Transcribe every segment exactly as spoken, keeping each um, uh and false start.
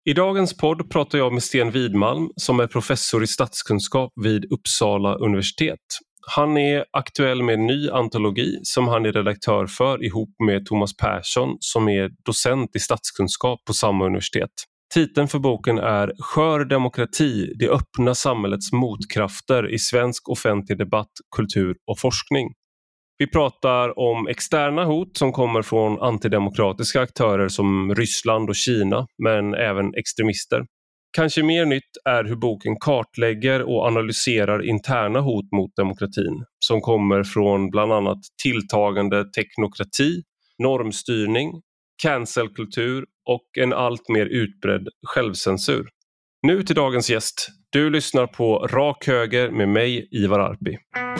I dagens podd pratar jag med Sten Widmalm som är professor i statskunskap vid Uppsala universitet. Han är aktuell med en ny antologi som han är redaktör för ihop med Thomas Persson som är docent i statskunskap på samma universitet. Titeln för boken är Skör demokrati, det öppna samhällets motkrafter i svensk offentlig debatt, kultur och forskning. Vi pratar om externa hot som kommer från antidemokratiska aktörer som Ryssland och Kina, men även extremister. Kanske mer nytt är hur boken kartlägger och analyserar interna hot mot demokratin som kommer från bland annat tilltagande teknokrati, normstyrning, cancelkultur och en allt mer utbredd självcensur. Nu till dagens gäst. Du lyssnar på Rak Höger med mig, Ivar Arpi.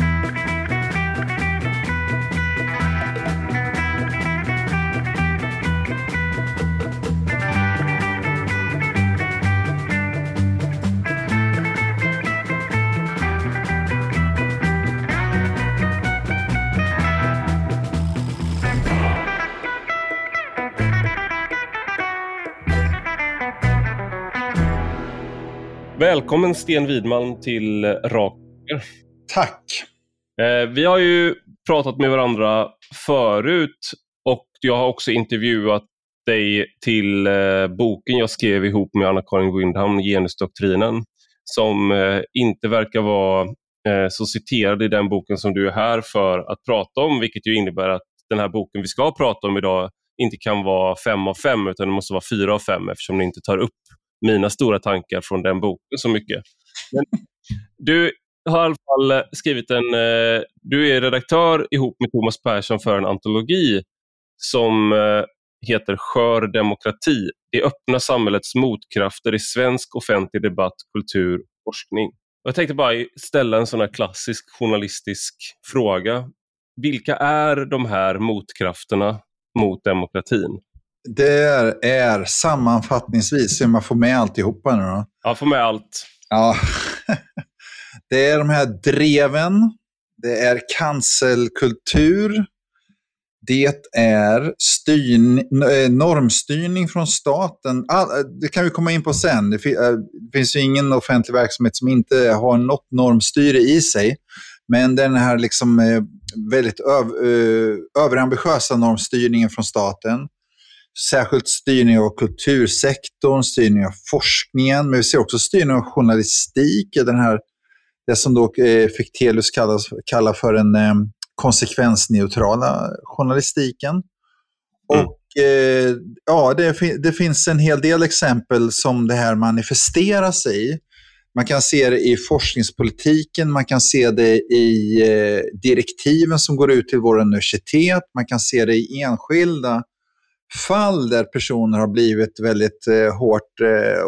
Välkommen Sten Widmalm till Rak Höger. Tack. Eh, vi har ju pratat med varandra förut och jag har också intervjuat dig till eh, boken jag skrev ihop med Anna-Karin Wyndham, Genusdoktrinen, som eh, inte verkar vara eh, så citerad i den boken som du är här för att prata om, vilket ju innebär att den här boken vi ska prata om idag inte kan vara fem av fem utan det måste vara fyra av fem eftersom den inte tar upp mina stora tankar från den boken så mycket. Men du har i alla fall skrivit en, eh, du är redaktör ihop med Thomas Persson för en antologi som eh, heter Skör demokrati, det öppna samhällets motkrafter i svensk offentlig debatt, kultur och forskning. Och jag tänkte bara ställa en sån här klassisk journalistisk fråga. Vilka är de här motkrafterna mot demokratin? Det är sammanfattningsvis, hur man får med alltihopa nu då. Ja, får med allt. Ja, det är de här dreven, det är cancelkultur, det är styrn, normstyrning från staten. Det kan vi komma in på sen. Det finns ju ingen offentlig verksamhet som inte har något normstyre i sig. Men den här liksom väldigt överambitiösa normstyrningen från staten. Särskilt styrning av kultursektorn, styrning av forskningen, men vi ser också styrning av journalistik, den här, det som då eh, Fichtelius kallas, kallar för den eh, konsekvensneutrala journalistiken. Mm. Och eh, ja, det, det finns en hel del exempel som det här manifesterar sig i. Man kan se det i forskningspolitiken, man kan se det i eh, direktiven som går ut till våra universitet, man kan se det i enskilda fall där personer har blivit väldigt eh, hårt eh,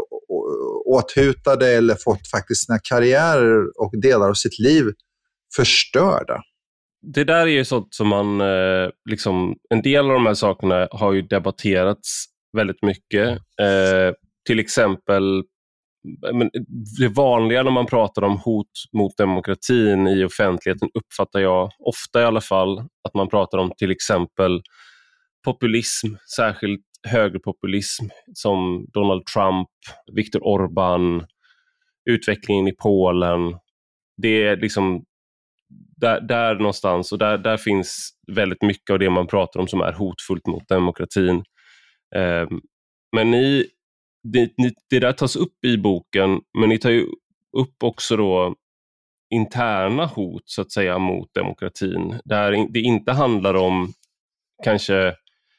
åthutade eller fått faktiskt sina karriärer och delar av sitt liv förstörda. Det där är ju sånt som man, eh, liksom, en del av de här sakerna har ju debatterats väldigt mycket. Eh, till exempel, men det vanliga när man pratar om hot mot demokratin i offentligheten uppfattar jag ofta i alla fall att man pratar om till exempel populism, särskilt högerpopulism som Donald Trump, Viktor Orbán, utvecklingen i Polen. Det är liksom där, där någonstans och där, där finns väldigt mycket av det man pratar om som är hotfullt mot demokratin. Eh, men ni, det, ni, det där tas upp i boken, men ni tar ju upp också då interna hot så att säga mot demokratin. Där det inte handlar om kanske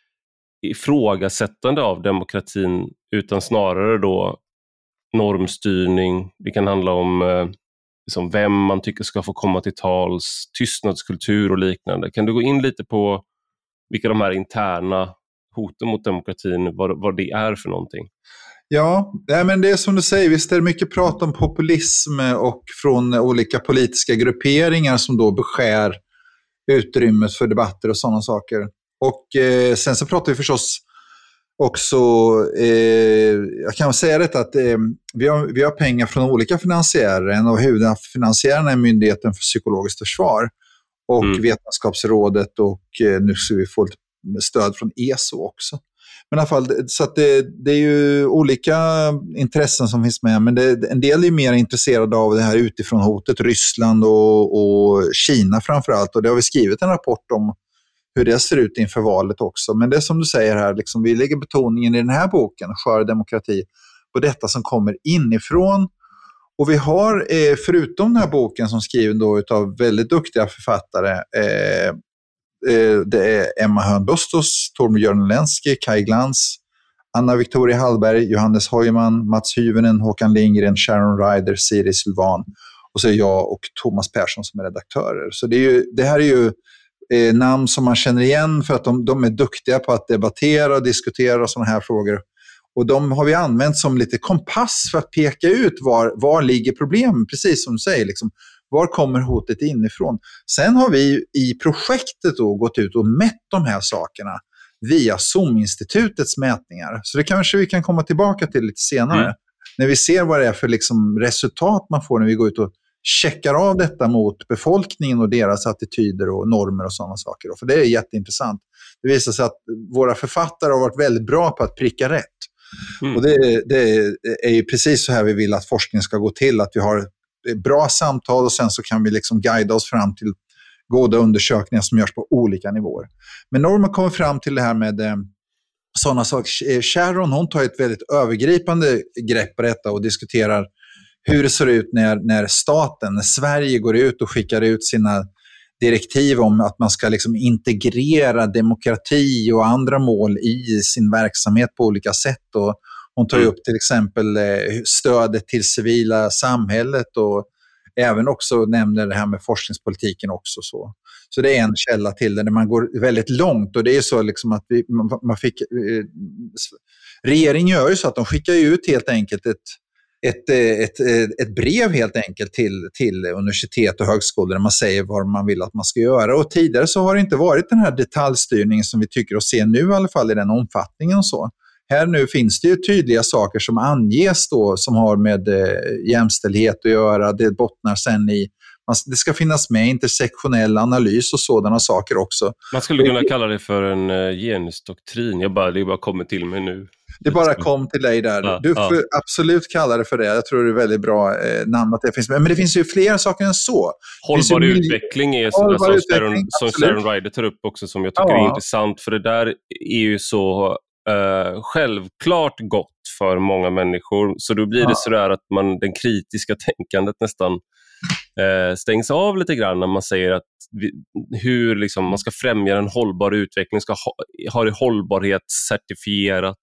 ifrågasättande av demokratin utan snarare då normstyrning. Det kan handla om eh, liksom vem man tycker ska få komma till tals, tystnadskultur och liknande. Kan du gå in lite på vilka de här interna hoten mot demokratin, vad, vad det är för någonting? Ja, men det är som du säger, visst är det mycket prat om populism och från olika politiska grupperingar som då beskär utrymmet för debatter och sådana saker. Och eh, sen så pratar vi förstås också, eh, jag kan säga detta att eh, vi, har, vi har pengar från olika finansiärer. En av huvudfinansiärerna är Myndigheten för psykologiskt försvar och mm. Vetenskapsrådet och eh, nu ska vi få stöd från E S O också. Men i alla fall, så att det, det är ju olika intressen som finns med, men det, en del är mer intresserade av det här utifrån hotet, Ryssland och, och Kina framförallt, och det har vi skrivit en rapport om hur det ser ut inför valet också. Men det är som du säger här, liksom, vi lägger betoningen i den här boken, Skör demokrati, på detta som kommer inifrån. Och vi har, eh, förutom den här boken som skriven då av väldigt duktiga författare, eh, eh, det är Emma Hörn Bustos, Torbjörn Lenski, Kai Glans, Anna Victoria Hallberg, Johannes Heumann, Mats Hyvönen, Håkan Lindgren, Sharon Ryder, Siri Sylvan, och så är jag och Thomas Persson som är redaktörer. Så det, är ju, det här är ju eh, namn som man känner igen för att de, de är duktiga på att debattera och diskutera sådana här frågor. Och de har vi använt som lite kompass för att peka ut var, var ligger problemen, precis som du säger. Liksom, var kommer hotet inifrån? Sen har vi i projektet då gått ut och mätt de här sakerna via SOM-institutets mätningar. Så det kanske vi kan komma tillbaka till lite senare. Mm. När vi ser vad det är för liksom resultat man får när vi går ut och checkar av detta mot befolkningen och deras attityder och normer och sådana saker. För det är jätteintressant. Det visar sig att våra författare har varit väldigt bra på att pricka rätt. Mm. Och det, det är ju precis så här vi vill att forskning ska gå till. Att vi har bra samtal och sen så kan vi liksom guida oss fram till goda undersökningar som görs på olika nivåer. Men när man kommer fram till det här med eh, sådana saker. Sharon, hon tar ett väldigt övergripande grepp på detta och diskuterar hur det ser ut när, när staten, när Sverige går ut och skickar ut sina direktiv om att man ska liksom integrera demokrati och andra mål i sin verksamhet på olika sätt. Och hon tar ju upp till exempel stödet till civila samhället och även också nämner det här med forskningspolitiken också. Så, så det är en källa till det när man går väldigt långt. Och det är så liksom att vi, man, man fick... Eh, regeringen gör ju så att de skickar ut helt enkelt ett Ett, ett, ett brev helt enkelt till, till universitet och högskolor där man säger vad man vill att man ska göra. Och tidigare så har det inte varit den här detaljstyrningen som vi tycker att se nu i alla fall i den omfattningen och så. Här nu finns det ju tydliga saker som anges då som har med eh, jämställdhet att göra. Det bottnar sen i, man, det ska finnas med intersektionell analys och sådana saker också. Man skulle kunna kalla det för en uh, genusdoktrin. Jag bara, det är bara kommit till mig nu. Det bara kom till dig där. Ja, du får ja. absolut kalla det för det. Jag tror det är väldigt bra eh, namn att det finns. Men det finns ju flera saker än så. Hållbar utveckling är sådär som, utveckling, som Sharon Ryder tar upp också som jag tycker ja. är intressant. För det där är ju så uh, självklart gott för många människor. Så då blir ja. det sådär att man, den kritiska tänkandet nästan uh, stängs av lite grann när man säger att vi, hur liksom, man ska främja en hållbar utveckling, ska ha, ha det hållbarhetscertifierat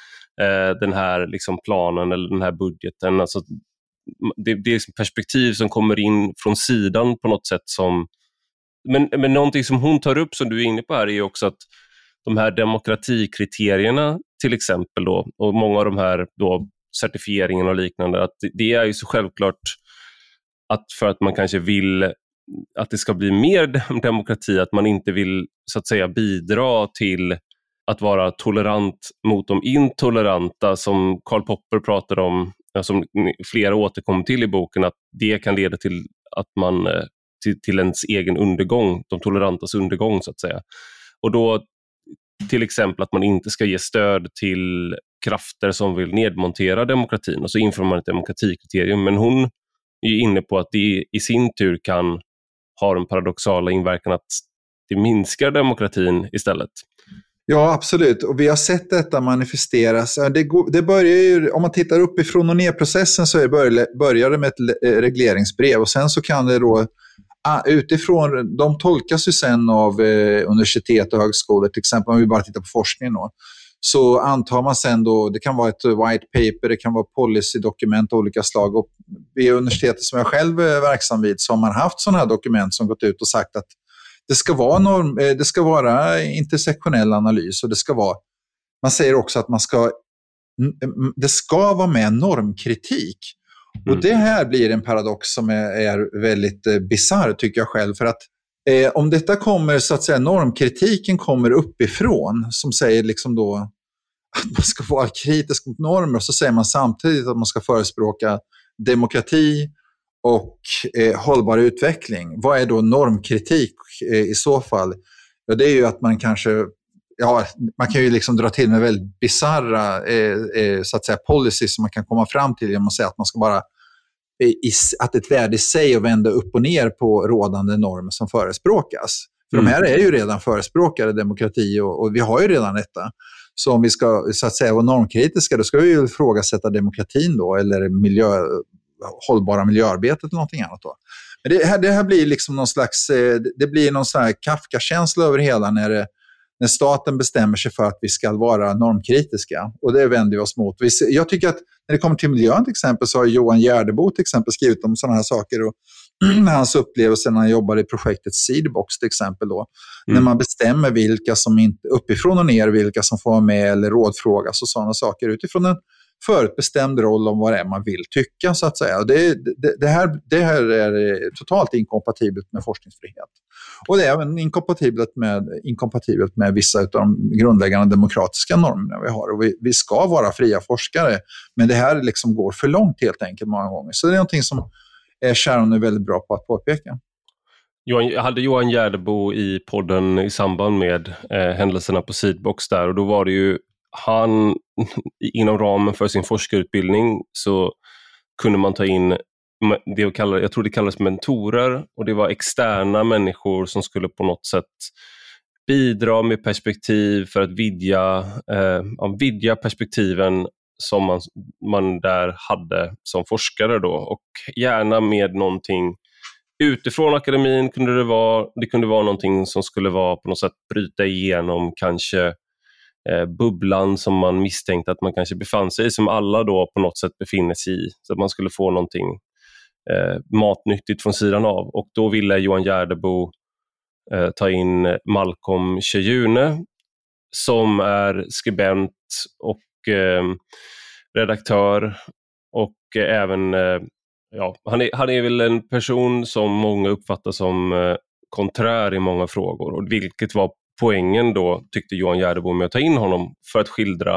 den här liksom planen eller den här budgeten. Alltså, det, det är perspektiv som kommer in från sidan på något sätt. Som, men, men någonting som hon tar upp som du är inne på här är också att de här demokratikriterierna till exempel då, och många av de här då, certifieringen och liknande, att det är ju så självklart att för att man kanske vill att det ska bli mer demokrati, att man inte vill så att säga bidra till att vara tolerant mot de intoleranta som Karl Popper pratar om, som flera återkommer till i boken, att det kan leda till att man till, till ens egen undergång, de tolerantas undergång så att säga. Och då till exempel att man inte ska ge stöd till krafter som vill nedmontera demokratin, och så inför man ett demokratikriterium. Men hon är ju inne på att det i sin tur kan ha den paradoxala inverkan att det minskar demokratin istället. Ja, absolut. Och vi har sett detta manifesteras. Det, går, det börjar ju, om man tittar uppifrån och ner processen så är det börjar det med ett regleringsbrev. Och sen så kan det då, utifrån, de tolkas ju sen av eh, universitet och högskolor, till exempel om vi bara tittar på forskningen då. Så antar man sen då, det kan vara ett white paper, det kan vara policydokument av olika slag. Och vid universitetet som jag själv är verksam vid så har man haft sådana här dokument som gått ut och sagt att det ska vara norm, det ska vara intersektionell analys, och det ska vara, man säger också att man ska, det ska vara med normkritik. Mm. Och det här blir en paradox som är, är väldigt eh, bizarr tycker jag själv, för att eh, om detta kommer så att säga, normkritiken kommer uppifrån som säger liksom då att man ska vara kritisk mot normer, och så säger man samtidigt att man ska förespråka demokrati och eh, hållbar utveckling. Vad är då normkritik eh, i så fall? Ja, det är ju att man kanske ja, man kan ju liksom dra till med väldigt bizarra eh, eh, så att säga policies som man kan komma fram till genom att säga att man ska bara i, att ett värde i sig att vända upp och ner på rådande normer som förespråkas. För mm. de här är ju redan förespråkade demokrati och, och vi har ju redan detta. Så om vi ska så att säga vara normkritiska, då ska vi ju ifrågasätta demokratin då, eller miljö, hållbara miljöarbetet eller någonting annat då. Men det här, det här blir liksom någon slags, det blir någon slags Kafka-känsla över hela när, det, när staten bestämmer sig för att vi ska vara normkritiska. Och det vänder vi oss mot. Jag tycker att när det kommer till miljön till exempel så har Johan Gärdebo till exempel skrivit om sådana här saker och hans upplevelser när han jobbade i projektet Seedbox till exempel då. Mm. När man bestämmer vilka som inte, uppifrån och ner, vilka som får vara med eller rådfrågas och sådana saker utifrån en förutbestämd roll om vad det är man vill tycka så att säga. Och det, det, det, här, det här är totalt inkompatibelt med forskningsfrihet. Och det är även inkompatibelt med, inkompatibelt med vissa av de grundläggande demokratiska normerna vi har. Och vi, vi ska vara fria forskare, men det här liksom går för långt helt enkelt många gånger. Så det är någonting som Sharon är väldigt bra på att påpeka. Jag hade Johan Gärdebo i podden i samband med eh, händelserna på Seedbox där, och då var det ju han, inom ramen för sin forskarutbildning så kunde man ta in det jag, kallar, jag tror det kallas mentorer, och det var externa människor som skulle på något sätt bidra med perspektiv för att vidga, eh, vidga perspektiven som man, man där hade som forskare då, och gärna med någonting utifrån akademin kunde det vara, det kunde vara någonting som skulle vara på något sätt bryta igenom kanske eh, bubblan som man misstänkte att man kanske befann sig i, som alla då på något sätt befinner sig i, så att man skulle få någonting eh, matnyttigt från sidan av. Och då ville Johan Gärdebo eh, ta in Malcolm Tjejune som är skribent och eh, redaktör och eh, även eh, ja, han är, han är väl en person som många uppfattar som eh, konträr i många frågor, och vilket var poängen då, tyckte Johan Gärdebo, med att ta in honom för att skildra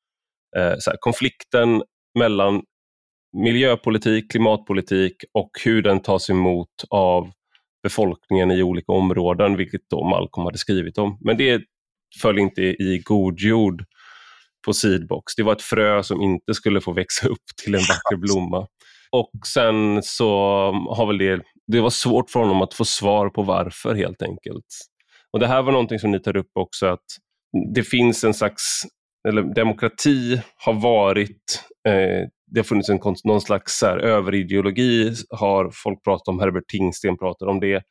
eh, så här, konflikten mellan miljöpolitik, klimatpolitik och hur den tas emot av befolkningen i olika områden, vilket då Malcolm hade skrivit om. Men det föll inte i god jord på Seedbox. Det var ett frö som inte skulle få växa upp till en vacker blomma. Och sen så har väl det, det var svårt för honom att få svar på varför helt enkelt. Och det här var någonting som ni tar upp också, att det finns en slags, eller demokrati har varit, eh, det har funnits en, någon slags så här, överideologi, har folk pratat om, Herbert Tingsten pratar om det,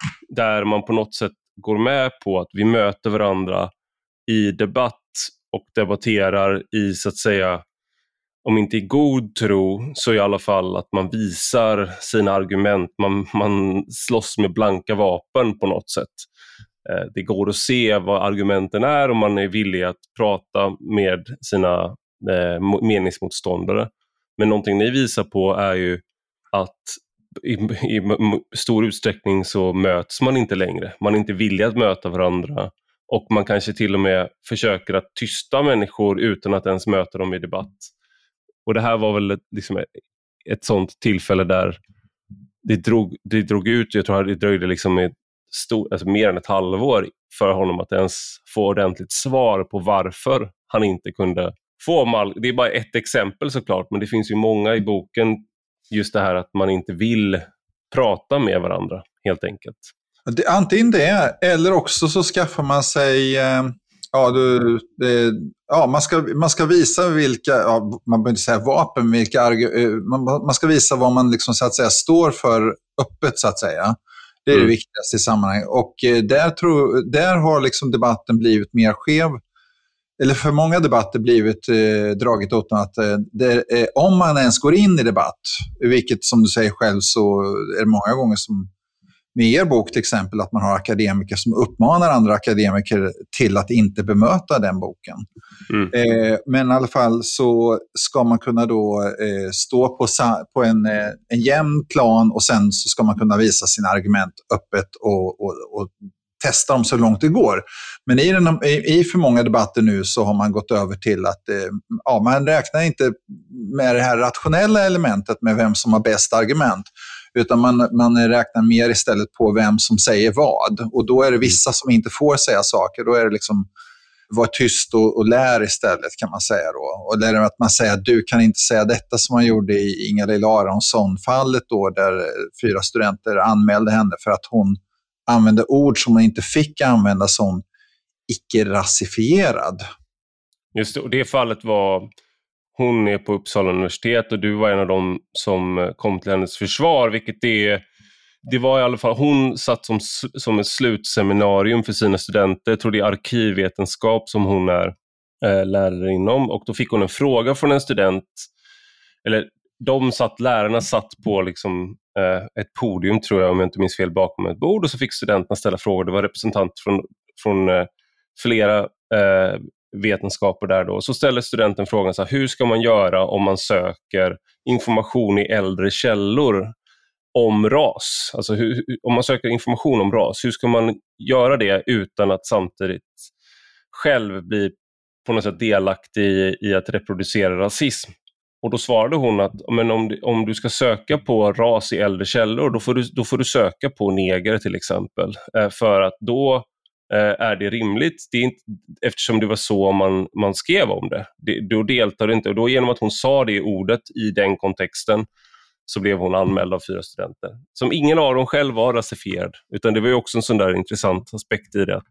där man på något sätt går med på att vi möter varandra i debatt och debatterar i så att säga, om inte i god tro så i alla fall att man visar sina argument, man, man slåss med blanka vapen på något sätt. Eh, det går att se vad argumenten är och man är villig att prata med sina eh, meningsmotståndare. Men någonting ni visar på är ju att i, i stor utsträckning så möts man inte längre. Man är inte villig att möta varandra. Och man kanske till och med försöker att tysta människor utan att ens möta dem i debatt. Och det här var väl ett, liksom ett, ett sånt tillfälle där det drog, det drog ut, jag tror att det dröjde liksom ett stor, alltså mer än ett halvår för honom att ens få ordentligt svar på varför han inte kunde få mal. Det är bara ett exempel såklart, men det finns ju många i boken, just det här att man inte vill prata med varandra helt enkelt. Det, antingen det, eller också så skaffar man sig, eh, ja, du, det, ja man, ska, man ska visa vilka, ja, man behöver inte säga vapen, vilka, eh, man, man ska visa vad man liksom, så att säga, står för öppet så att säga. Det är mm. det viktigaste i sammanhanget. Och eh, där, tror, där har liksom debatten blivit mer skev, eller för många debatter blivit eh, dragit åt att eh, det, eh, om man ens går in i debatt, vilket som du säger själv så är det många gånger som med er bok till exempel, att man har akademiker som uppmanar andra akademiker till att inte bemöta den boken. Mm. Eh, men i alla fall så ska man kunna då eh, stå på, på en, eh, en jämn plan och sen så ska man kunna visa sina argument öppet och, och, och testa dem så långt det går. Men i, den, i, i för många debatter nu så har man gått över till att eh, ja, man räknar inte med det här rationella elementet med vem som har bäst argument, utan man, man räknar mer istället på vem som säger vad. Och då är det vissa som inte får säga saker. Då är det liksom var tyst och, och lär istället, kan man säga då. Och lär att man säger att du kan inte säga detta, som man gjorde i Inga-Lill Aronsson-fallet då, där fyra studenter anmälde henne för att hon använde ord som hon inte fick använda som icke-rasifierad. Just det, och det fallet var, hon är på Uppsala universitet och du var en av dem som kom till hennes försvar, vilket är, det var i alla fall, hon satt som, som ett slutseminarium för sina studenter, jag tror det är arkivvetenskap som hon är eh, lärare inom, och då fick hon en fråga från en student, eller de satt, lärarna satt på liksom eh, ett podium, tror jag, om jag inte minns fel, bakom ett bord, och så fick studenterna ställa frågor. Det var representant från, från eh, flera eh, vetenskaper där då. Så ställer studenten frågan så här: hur ska man göra om man söker information i äldre källor om ras? Alltså hur, om man söker information om ras, hur ska man göra det utan att samtidigt själv bli på något sätt delaktig i, i att reproducera rasism? Och då svarade hon att men om, du, om du ska söka på ras i äldre källor, då får du, då får du söka på neger till exempel. Eh, för att då eh, är det rimligt, det är inte, eftersom det var så man, man skrev om det. det. Då deltar du inte, och då genom att hon sa det ordet i den kontexten så blev hon anmäld av fyra studenter. Som ingen av dem själv var rasifierad, utan det var ju också en sån där intressant aspekt i det, att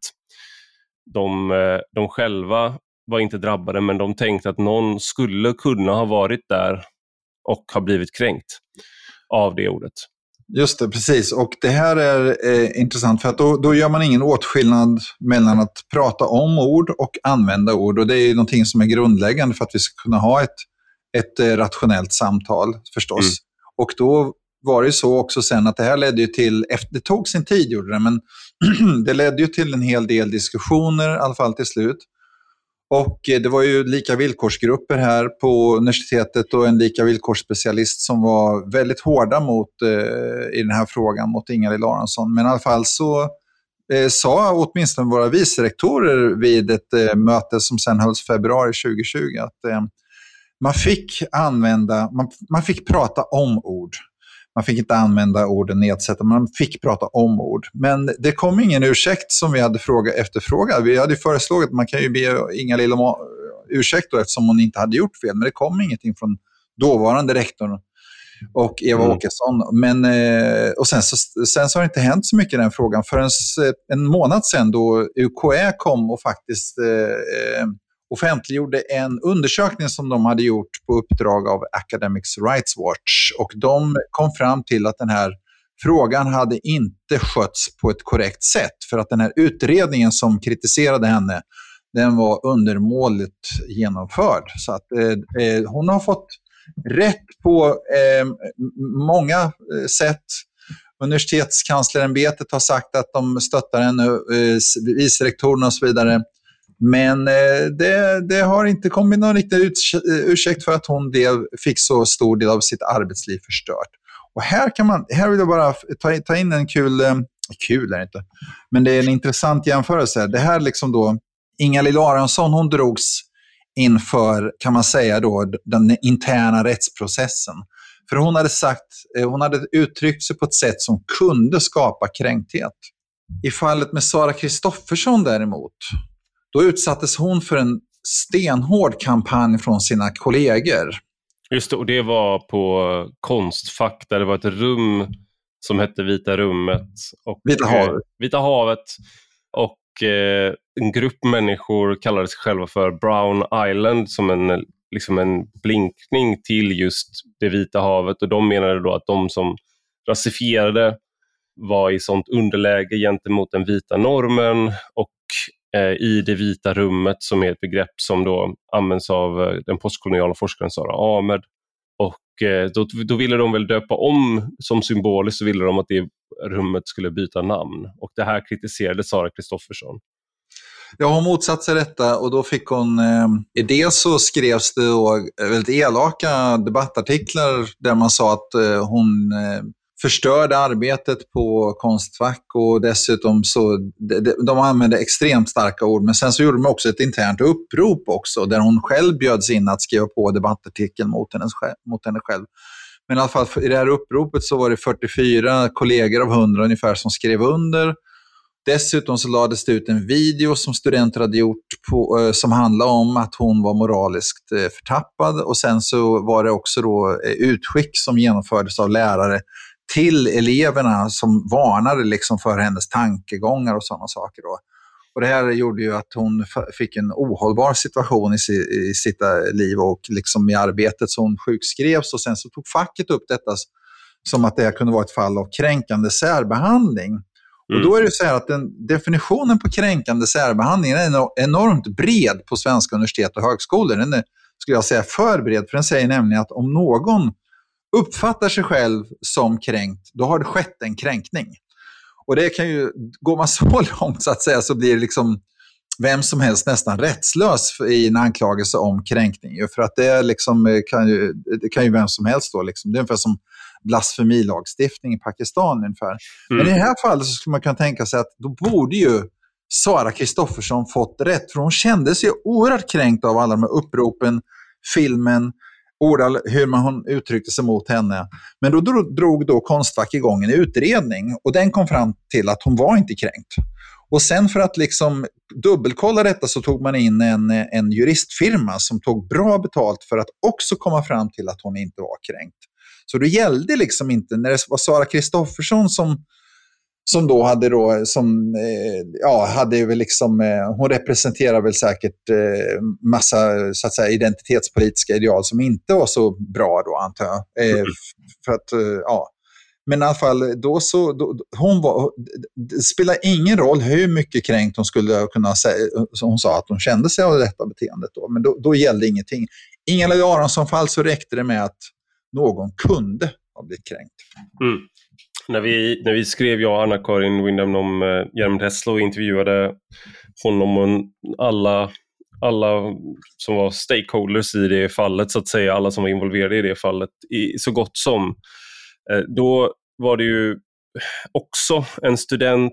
de, de själva var inte drabbade, men de tänkte att någon skulle kunna ha varit där och ha blivit kränkt av det ordet. Just det, precis. Och det här är eh, intressant, för att då, då gör man ingen åtskillnad mellan att prata om ord och använda ord. Och det är någonting som är grundläggande för att vi ska kunna ha ett, ett eh, rationellt samtal, förstås. Mm. Och då var det ju så också sen att det här ledde ju till, efter, det tog sin tid gjorde det, men det ledde ju till en hel del diskussioner, i alla fall till slut. Och det var ju lika villkorsgrupper här på universitetet och en lika villkorsspecialist som var väldigt hårda mot, eh, i den här frågan mot Inga-Lill Aronsson. Men i alla fall så eh, sa åtminstone våra vicerektorer vid ett eh, möte som sen hölls februari tjugohundratjugo att eh, man fick använda, man, man fick prata om ord. Man fick inte använda orden nedsättande, man fick prata om ord. Men det kom ingen ursäkt som vi hade fråga efterfrågat. Vi hade föreslagit att man kan ju be Inga-Lill om ursäkt då, eftersom hon inte hade gjort fel. Men det kom ingenting från dåvarande rektorn och Eva mm. Åkesson. Men, och sen så, sen så har det inte hänt så mycket i den frågan. Förrän en månad sedan då U K Ä kom och faktiskt eh, offentliggjorde en undersökning som de hade gjort på uppdrag av Academics Rights Watch, och de kom fram till att den här frågan hade inte skötts på ett korrekt sätt, för att den här utredningen som kritiserade henne, den var undermåligt genomförd. Så att eh, hon har fått rätt på eh, många sätt. Universitetskanslerämbetet har sagt att de stöttar henne, eh, vicerektorerna och så vidare. Men eh, det, det har inte kommit någon riktig ursäkt för att hon del, fick så stor del av sitt arbetsliv förstört. Och här kan man, här vill jag bara ta, ta in en kul, eh, kul är det inte, men det är en intressant jämförelse. Det här liksom då, Inga-Lill Aronsson, hon drogs inför, kan man säga då, den interna rättsprocessen. För hon hade sagt, eh, hon hade uttryckt sig på ett sätt som kunde skapa kränkthet. I fallet med Sara Kristoffersson däremot, då utsattes hon för en stenhård kampanj från sina kollegor. Just det, och det var på Konstfack, där det var ett rum som hette Vita rummet. Och, Vita havet. Eh, Vita havet. Och eh, en grupp människor kallade sig själva för Brown Island, som en, liksom en blinkning till just det Vita havet. Och de menade då att de som rasifierade var i sånt underläge gentemot den vita normen, och i det vita rummet, som är ett begrepp som då används av den postkoloniala forskaren Sara Ahmed. Och då, då ville de väl döpa om, som symboliskt så ville de att det rummet skulle byta namn. Och det här kritiserade Sara Kristoffersson. Ja, hon motsatte sig detta, och då fick hon, eh, i det så skrevs det då väldigt elaka debattartiklar där man sa att eh, hon eh, förstörde arbetet på Konstfack, och dessutom så de, de använde extremt starka ord. Men sen så gjorde de också ett internt upprop också, där hon själv bjöds in att skriva på debattartikeln mot henne, mot henne själv. Men i alla fall i det här uppropet så var det fyrtiofyra kollegor av hundra ungefär som skrev under. Dessutom så lades det ut en video som studenter hade gjort på, eh, som handlade om att hon var moraliskt eh, förtappad. Och sen så var det också då eh, utskick som genomfördes av lärare till eleverna som varnade liksom för hennes tankegångar och sådana saker då. Och det här gjorde ju att hon f- fick en ohållbar situation i, si- i sitt liv och liksom i arbetet, så hon sjukskrevs, och sen så tog facket upp detta som att det här kunde vara ett fall av kränkande särbehandling. Mm. Och då är det så här att den, definitionen på kränkande särbehandling är enormt bred på svenska universitet och högskolor. Den är, skulle jag säga, för bred, för den säger nämligen att om någon uppfattar sig själv som kränkt, då har det skett en kränkning. Och det kan ju, går man så långt så att säga, så blir det liksom vem som helst nästan rättslös i en anklagelse om kränkning. För att det, liksom, kan, ju, det kan ju vem som helst då. Liksom. Det är ungefär som blasfemilagstiftning i Pakistan ungefär. Mm. Men i det här fallet så skulle man kunna tänka sig att då borde ju Sara Kristoffersson fått rätt. För hon kände sig oerhört kränkt av alla de här uppropen, filmen, ordal, hur man hon uttryckte sig mot henne. Men då drog, drog då Konstfack igång en utredning, och den kom fram till att hon var inte kränkt. Och sen för att liksom dubbelkolla detta så tog man in en, en juristfirma som tog bra betalt för att också komma fram till att hon inte var kränkt. Så det gällde liksom inte, när det var Sara Kristoffersson som som då hade då, som, eh, ja, hade väl liksom, eh, hon representerar väl säkert eh, massa, så att säga, identitetspolitiska ideal som inte var så bra då, antar jag. Eh, mm. För att, eh, ja. Men i alla fall, då så, då, hon var, det spelar ingen roll hur mycket kränkt hon skulle kunna säga, som hon sa att hon kände sig av detta beteendet då, men då, då gällde ingenting. Ingela Aronsson-fall så räckte det med att någon kunde ha blivit kränkt. Mm. När vi, när vi skrev, jag och Anna-Karin Windham om eh, Jermund Hässle och intervjuade honom och alla, alla som var stakeholders i det fallet, så att säga, alla som var involverade i det fallet, i, så gott som. Eh, då var det ju också en student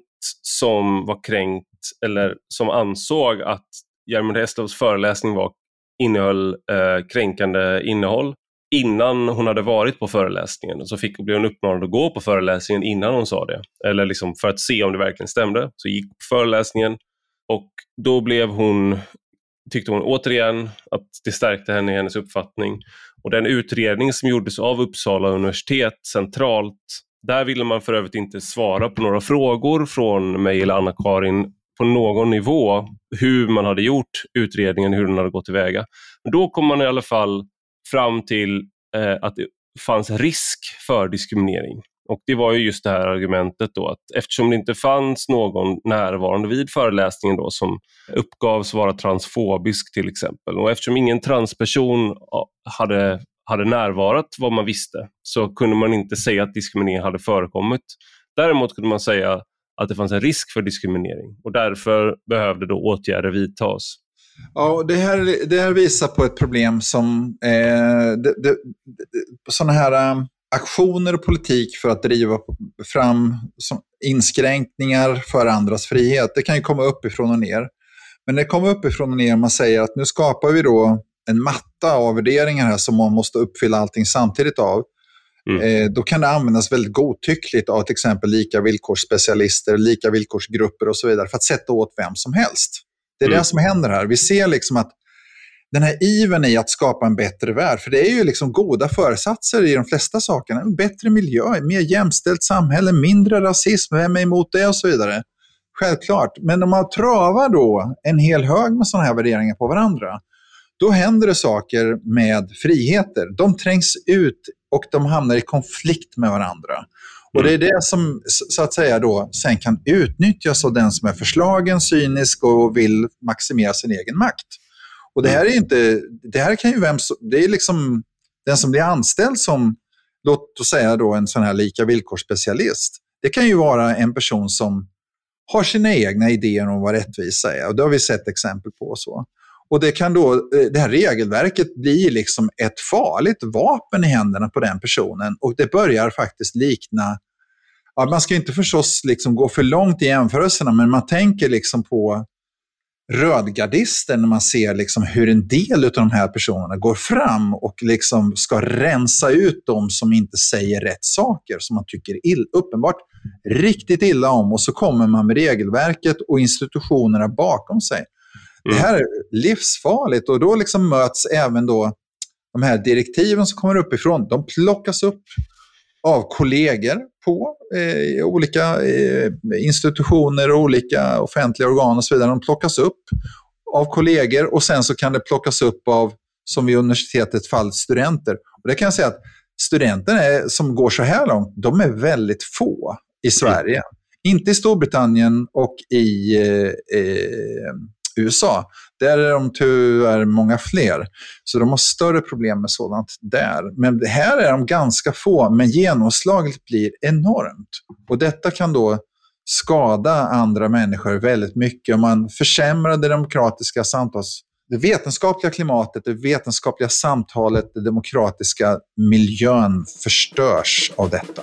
som var kränkt, eller som ansåg att Jermund Hässles föreläsning var, innehöll eh, kränkande innehåll. Innan hon hade varit på föreläsningen, så fick, blev hon uppmanad att gå på föreläsningen innan hon sa det. Eller liksom för att se om det verkligen stämde. Så gick på föreläsningen, och då blev hon, tyckte hon återigen att det stärkte henne i hennes uppfattning. Och den utredning som gjordes av Uppsala universitet centralt, där ville man för övrigt inte svara på några frågor från mig eller Anna-Karin på någon nivå, hur man hade gjort utredningen, hur den hade gått tillväga. Men då kom man i alla fall fram till eh, att det fanns risk för diskriminering. Och det var ju just det här argumentet då, att eftersom det inte fanns någon närvarande vid föreläsningen då som uppgavs vara transfobisk till exempel, och eftersom ingen transperson hade, hade närvarat vad man visste, så kunde man inte säga att diskriminering hade förekommit. Däremot kunde man säga att det fanns en risk för diskriminering, och därför behövde då åtgärder vidtas. Ja, det här, det här visar på ett problem som eh, det, det, sådana här um, aktioner och politik för att driva fram som inskränkningar för andras frihet. Det kan ju komma uppifrån och ner. Men det kommer uppifrån och ner, man säger att nu skapar vi då en matta av värderingar här som man måste uppfylla allting samtidigt av. Mm. Eh, då kan det användas väldigt godtyckligt av till exempel lika villkorsspecialister, lika villkorsgrupper och så vidare för att sätta åt vem som helst. Det är mm. det som händer här. Vi ser liksom att den här iven i att skapa en bättre värld, för det är ju liksom goda föresatser i de flesta sakerna. En bättre miljö, mer jämställt samhälle, mindre rasism, vem är emot det och så vidare. Självklart. Men om man travar då en hel hög med sådana här värderingar på varandra, då händer det saker med friheter. De trängs ut och de hamnar i konflikt med varandra. Och det är det som så att säga då sen kan utnyttjas av den som är förslagen, cynisk och vill maximera sin egen makt. Och det här är inte, det här kan ju vem, det är liksom den som blir anställd som, låt oss säga då en sån här lika villkorsspecialist. Det kan ju vara en person som har sina egna idéer om vad rättvisa är, och det har vi sett exempel på och så. Och det kan då, det här regelverket blir liksom ett farligt vapen i händerna på den personen, och det börjar faktiskt likna, ja, man ska inte förstås liksom gå för långt i jämförelserna, men man tänker liksom på rödgardister när man ser liksom hur en del av de här personerna går fram och liksom ska rensa ut de som inte säger rätt saker, som man tycker är ill, uppenbart riktigt illa om, och så kommer man med regelverket och institutionerna bakom sig. Mm. Det här är livsfarligt, och då liksom möts även då de här direktiven som kommer uppifrån, de plockas upp av kollegor på eh, olika eh, institutioner och olika offentliga organ och så vidare. De plockas upp av kollegor, och sen så kan det plockas upp av, som vid universitetet, fall studenter. Och det kan jag säga att studenterna är, som går så här långt, de är väldigt få i Sverige. Mm. Inte i Storbritannien och i eh, eh, U S A. Där är de tyvärr många fler. Så de har större problem med sådant där. Men här är de ganska få, men genomslaget blir enormt. Och detta kan då skada andra människor väldigt mycket om man försämrar det demokratiska samtals... det vetenskapliga klimatet, det vetenskapliga samtalet, det demokratiska miljön förstörs av detta.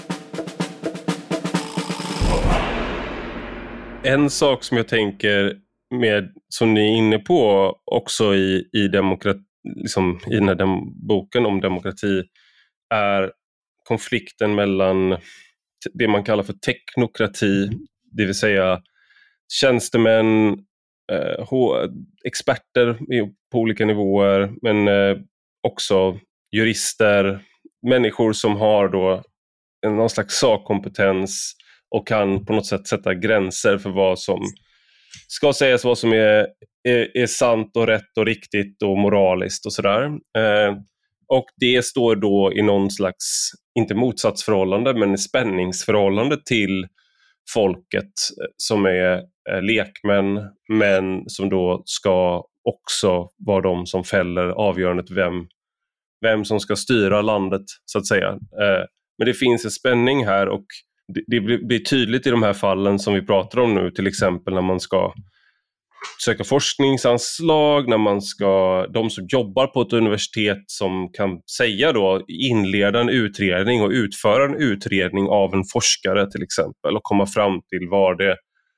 En sak som jag tänker med, som ni är inne på också i, i, demokrati, liksom, i den här dem, boken om demokrati, är konflikten mellan det man kallar för teknokrati, det vill säga tjänstemän, eh, experter på olika nivåer, men eh, också jurister, människor som har då en, någon slags sakkompetens och kan på något sätt sätta gränser för vad som ska sägas, vad som är, är, är sant och rätt och riktigt och moraliskt och sådär. Eh, och det står då i någon slags, inte motsatsförhållande, men spänningsförhållande till folket som är eh, lekmän, men som då ska också vara de som fäller avgörandet vem, vem som ska styra landet, så att säga. Eh, men det finns en spänning här, och det, det blir, blir tydligt i de här fallen som vi pratar om nu, till exempel när man ska söka forskningsanslag, när man ska, de som jobbar på ett universitet som kan säga då, inleda en utredning och utföra en utredning av en forskare till exempel, och komma fram till var det,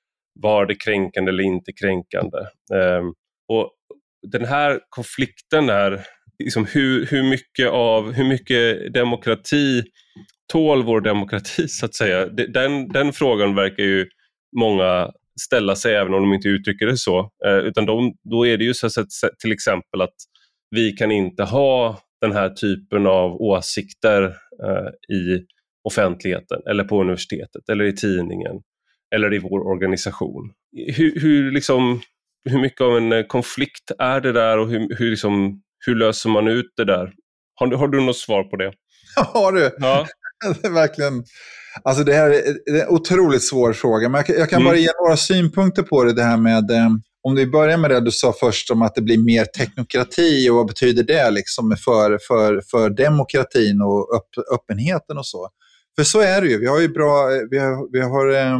var det kränkande eller inte kränkande. Um, och den här konflikten är liksom hur, hur mycket av hur mycket demokrati tål vår demokrati, så att säga. Den, den frågan verkar ju många ställa sig, även om de inte uttrycker det så. Eh, utan de, då är det ju så att, till exempel att vi kan inte ha den här typen av åsikter eh, i offentligheten, eller på universitetet, eller i tidningen, eller i vår organisation. Hur, hur, liksom, hur mycket av en konflikt är det där, och hur, hur, liksom, hur löser man ut det där? Har du, har du något svar på det? Har du? Ja. Det är verkligen... Alltså det här är en otroligt svår fråga, men jag kan bara mm. ge några synpunkter på det, det här med, eh, om vi börjar med det du sa först om att det blir mer teknokrati, och vad betyder det liksom för, för, för demokratin och upp, öppenheten och så. För så är det ju, vi har ju bra, vi har, vi har, eh,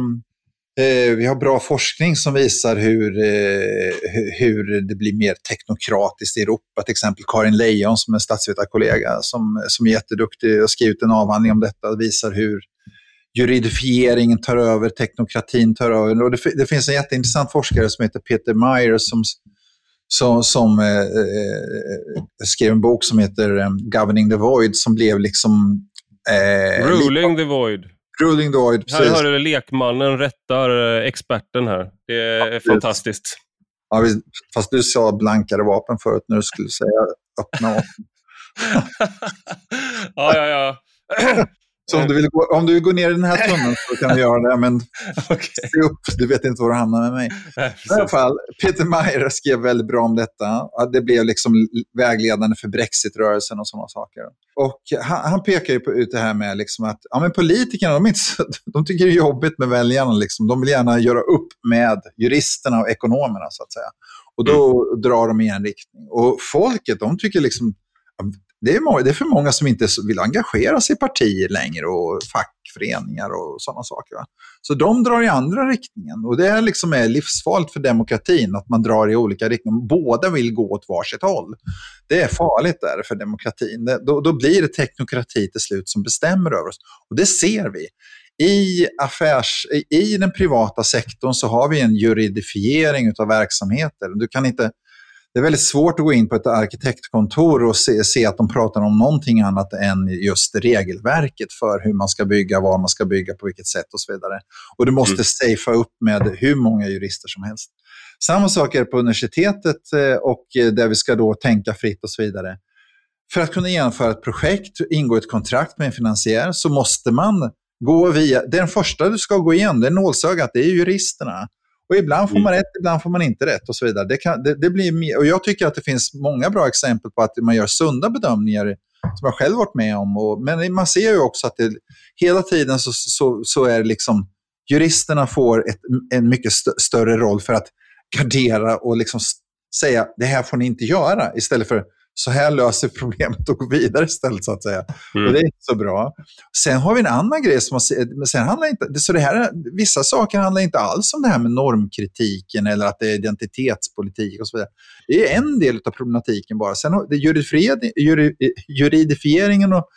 vi har bra forskning som visar hur, eh, hur det blir mer teknokratiskt i Europa. Till exempel Karin Leijon som är statsvetarkollega som, som är jätteduktig och har skrivit en avhandling om detta, visar hur juridifieringen tar över, teknokratin tar över. Och det, det finns en jätteintressant forskare som heter Peter Myers som, som, som eh, skrev en bok som heter um, Governing the Void, som blev liksom... Eh, Ruling the Void. Ruling the Void, precis. Här har du lekmannen rättar experten här. Det är ja, fantastiskt. Ja, fast du sa blankare vapen förut när du skulle säga öppna vapen. ja, ja, ja. Så om du, vill gå, om du vill gå ner i den här tunneln så kan vi göra det, men okay. Se upp, du vet inte var du hamnar med mig. Nej, i alla fall, Peter Meyer skrev väldigt bra om detta. Det blev liksom vägledande för Brexit-rörelsen och sådana saker. Och han, han pekar ju på, ut det här med liksom att ja, men politikerna, de, inte, de tycker det är jobbigt med väljarna. Liksom. De vill gärna göra upp med juristerna och ekonomerna, så att säga. Och då mm. drar de i en riktning. Och folket, de tycker liksom... Det är, många, det är för många som inte vill engagera sig i partier längre och fackföreningar och sådana saker. Va? Så de drar i andra riktningen. Och det är liksom är livsfarligt för demokratin att man drar i olika riktningar. Båda vill gå åt varsitt håll. Det är farligt där för demokratin. Det, då, då blir det teknokrati till slut som bestämmer över oss. Och det ser vi. I, affärs, I den privata sektorn så har vi en juridifiering av verksamheter. Du kan inte... det är väldigt svårt att gå in på ett arkitektkontor och se, se att de pratar om någonting annat än just regelverket för hur man ska bygga, var man ska bygga, på vilket sätt och så vidare. Och du måste mm. safea upp med hur många jurister som helst. Samma sak är på universitetet och där vi ska då tänka fritt och så vidare. För att kunna genomföra ett projekt, ingå ett kontrakt med en finansiär, så måste man gå via, den första du ska gå igenom, det är nålsögat, det är juristerna. Och ibland får man rätt, ibland får man inte rätt och så vidare. Det kan, det, det blir mer, och jag tycker att det finns många bra exempel på att man gör sunda bedömningar som jag själv varit med om. Och, men man ser ju också att det, hela tiden så, så, så är det liksom, juristerna får ett, en mycket st- större roll för att gardera och liksom säga det här får ni inte göra, istället för så här löser problemet och går vidare istället, så att säga. Mm. Och det är inte så bra. Sen har vi en annan grej som man, sen handlar inte, så det här, vissa saker handlar inte alls om det här med normkritiken eller att det är identitetspolitik och så vidare. Det är en del av problematiken bara. Sen har det juri, juridifieringen och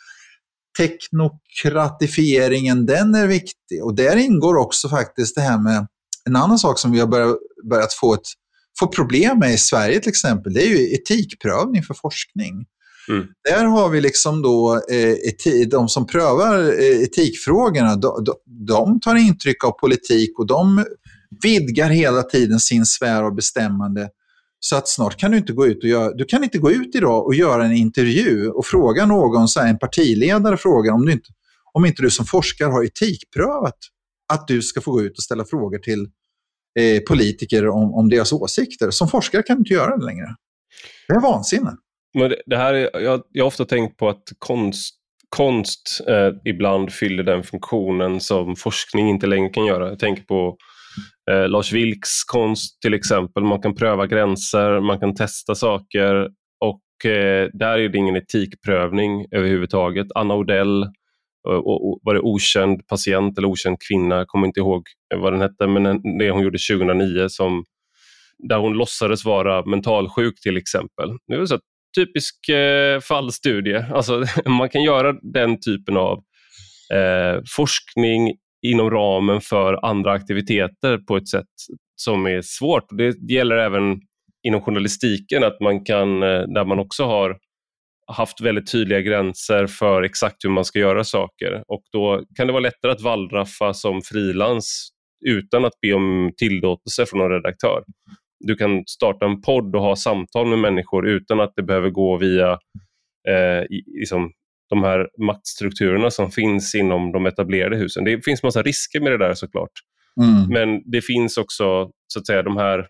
teknokratifieringen, den är viktig. Och där ingår också faktiskt det här med en annan sak som vi har börjat, börjat få ett får problem med i Sverige till exempel, det är ju etikprövning för forskning. Mm. Där har vi liksom då eh, eti- de som prövar eh, etikfrågorna, de, de, de tar intryck av politik och de vidgar hela tiden sin sfär av bestämmande. Så att snart kan du inte gå ut och göra, du kan inte gå ut idag och göra en intervju och fråga någon, så här, en partiledare frågar om du inte, om inte du som forskare har etikprövat att du ska få gå ut och ställa frågor till Eh, politiker om, om deras åsikter. Som forskare kan du inte göra det längre. Det är vansinne. Men det, det här är, jag, jag har ofta tänkt på att konst, konst eh, ibland fyller den funktionen som forskning inte längre kan göra. Jag tänker på eh, Lars Vilks konst till exempel. Man kan pröva gränser, man kan testa saker och eh, där är det ingen etikprövning överhuvudtaget. Anna Odell och, och var det okänd patient eller okänd kvinna, jag kommer inte ihåg vad den hette, men det hon gjorde tjugohundranio som, där hon låtsades vara mentalsjuk till exempel. Det är så typisk eh, fallstudie. Alltså, man kan göra den typen av eh, forskning inom ramen för andra aktiviteter på ett sätt som är svårt. Det gäller även inom journalistiken, att man kan, där man också har haft väldigt tydliga gränser för exakt hur man ska göra saker, och då kan det vara lättare att wallraffa som frilans utan att be om tillåtelse från en redaktör. Du kan starta en podd och ha samtal med människor utan att det behöver gå via eh, liksom, de här maktstrukturerna som finns inom de etablerade husen. Det finns massa risker med det där såklart. Mm. Men det finns också så att säga de här,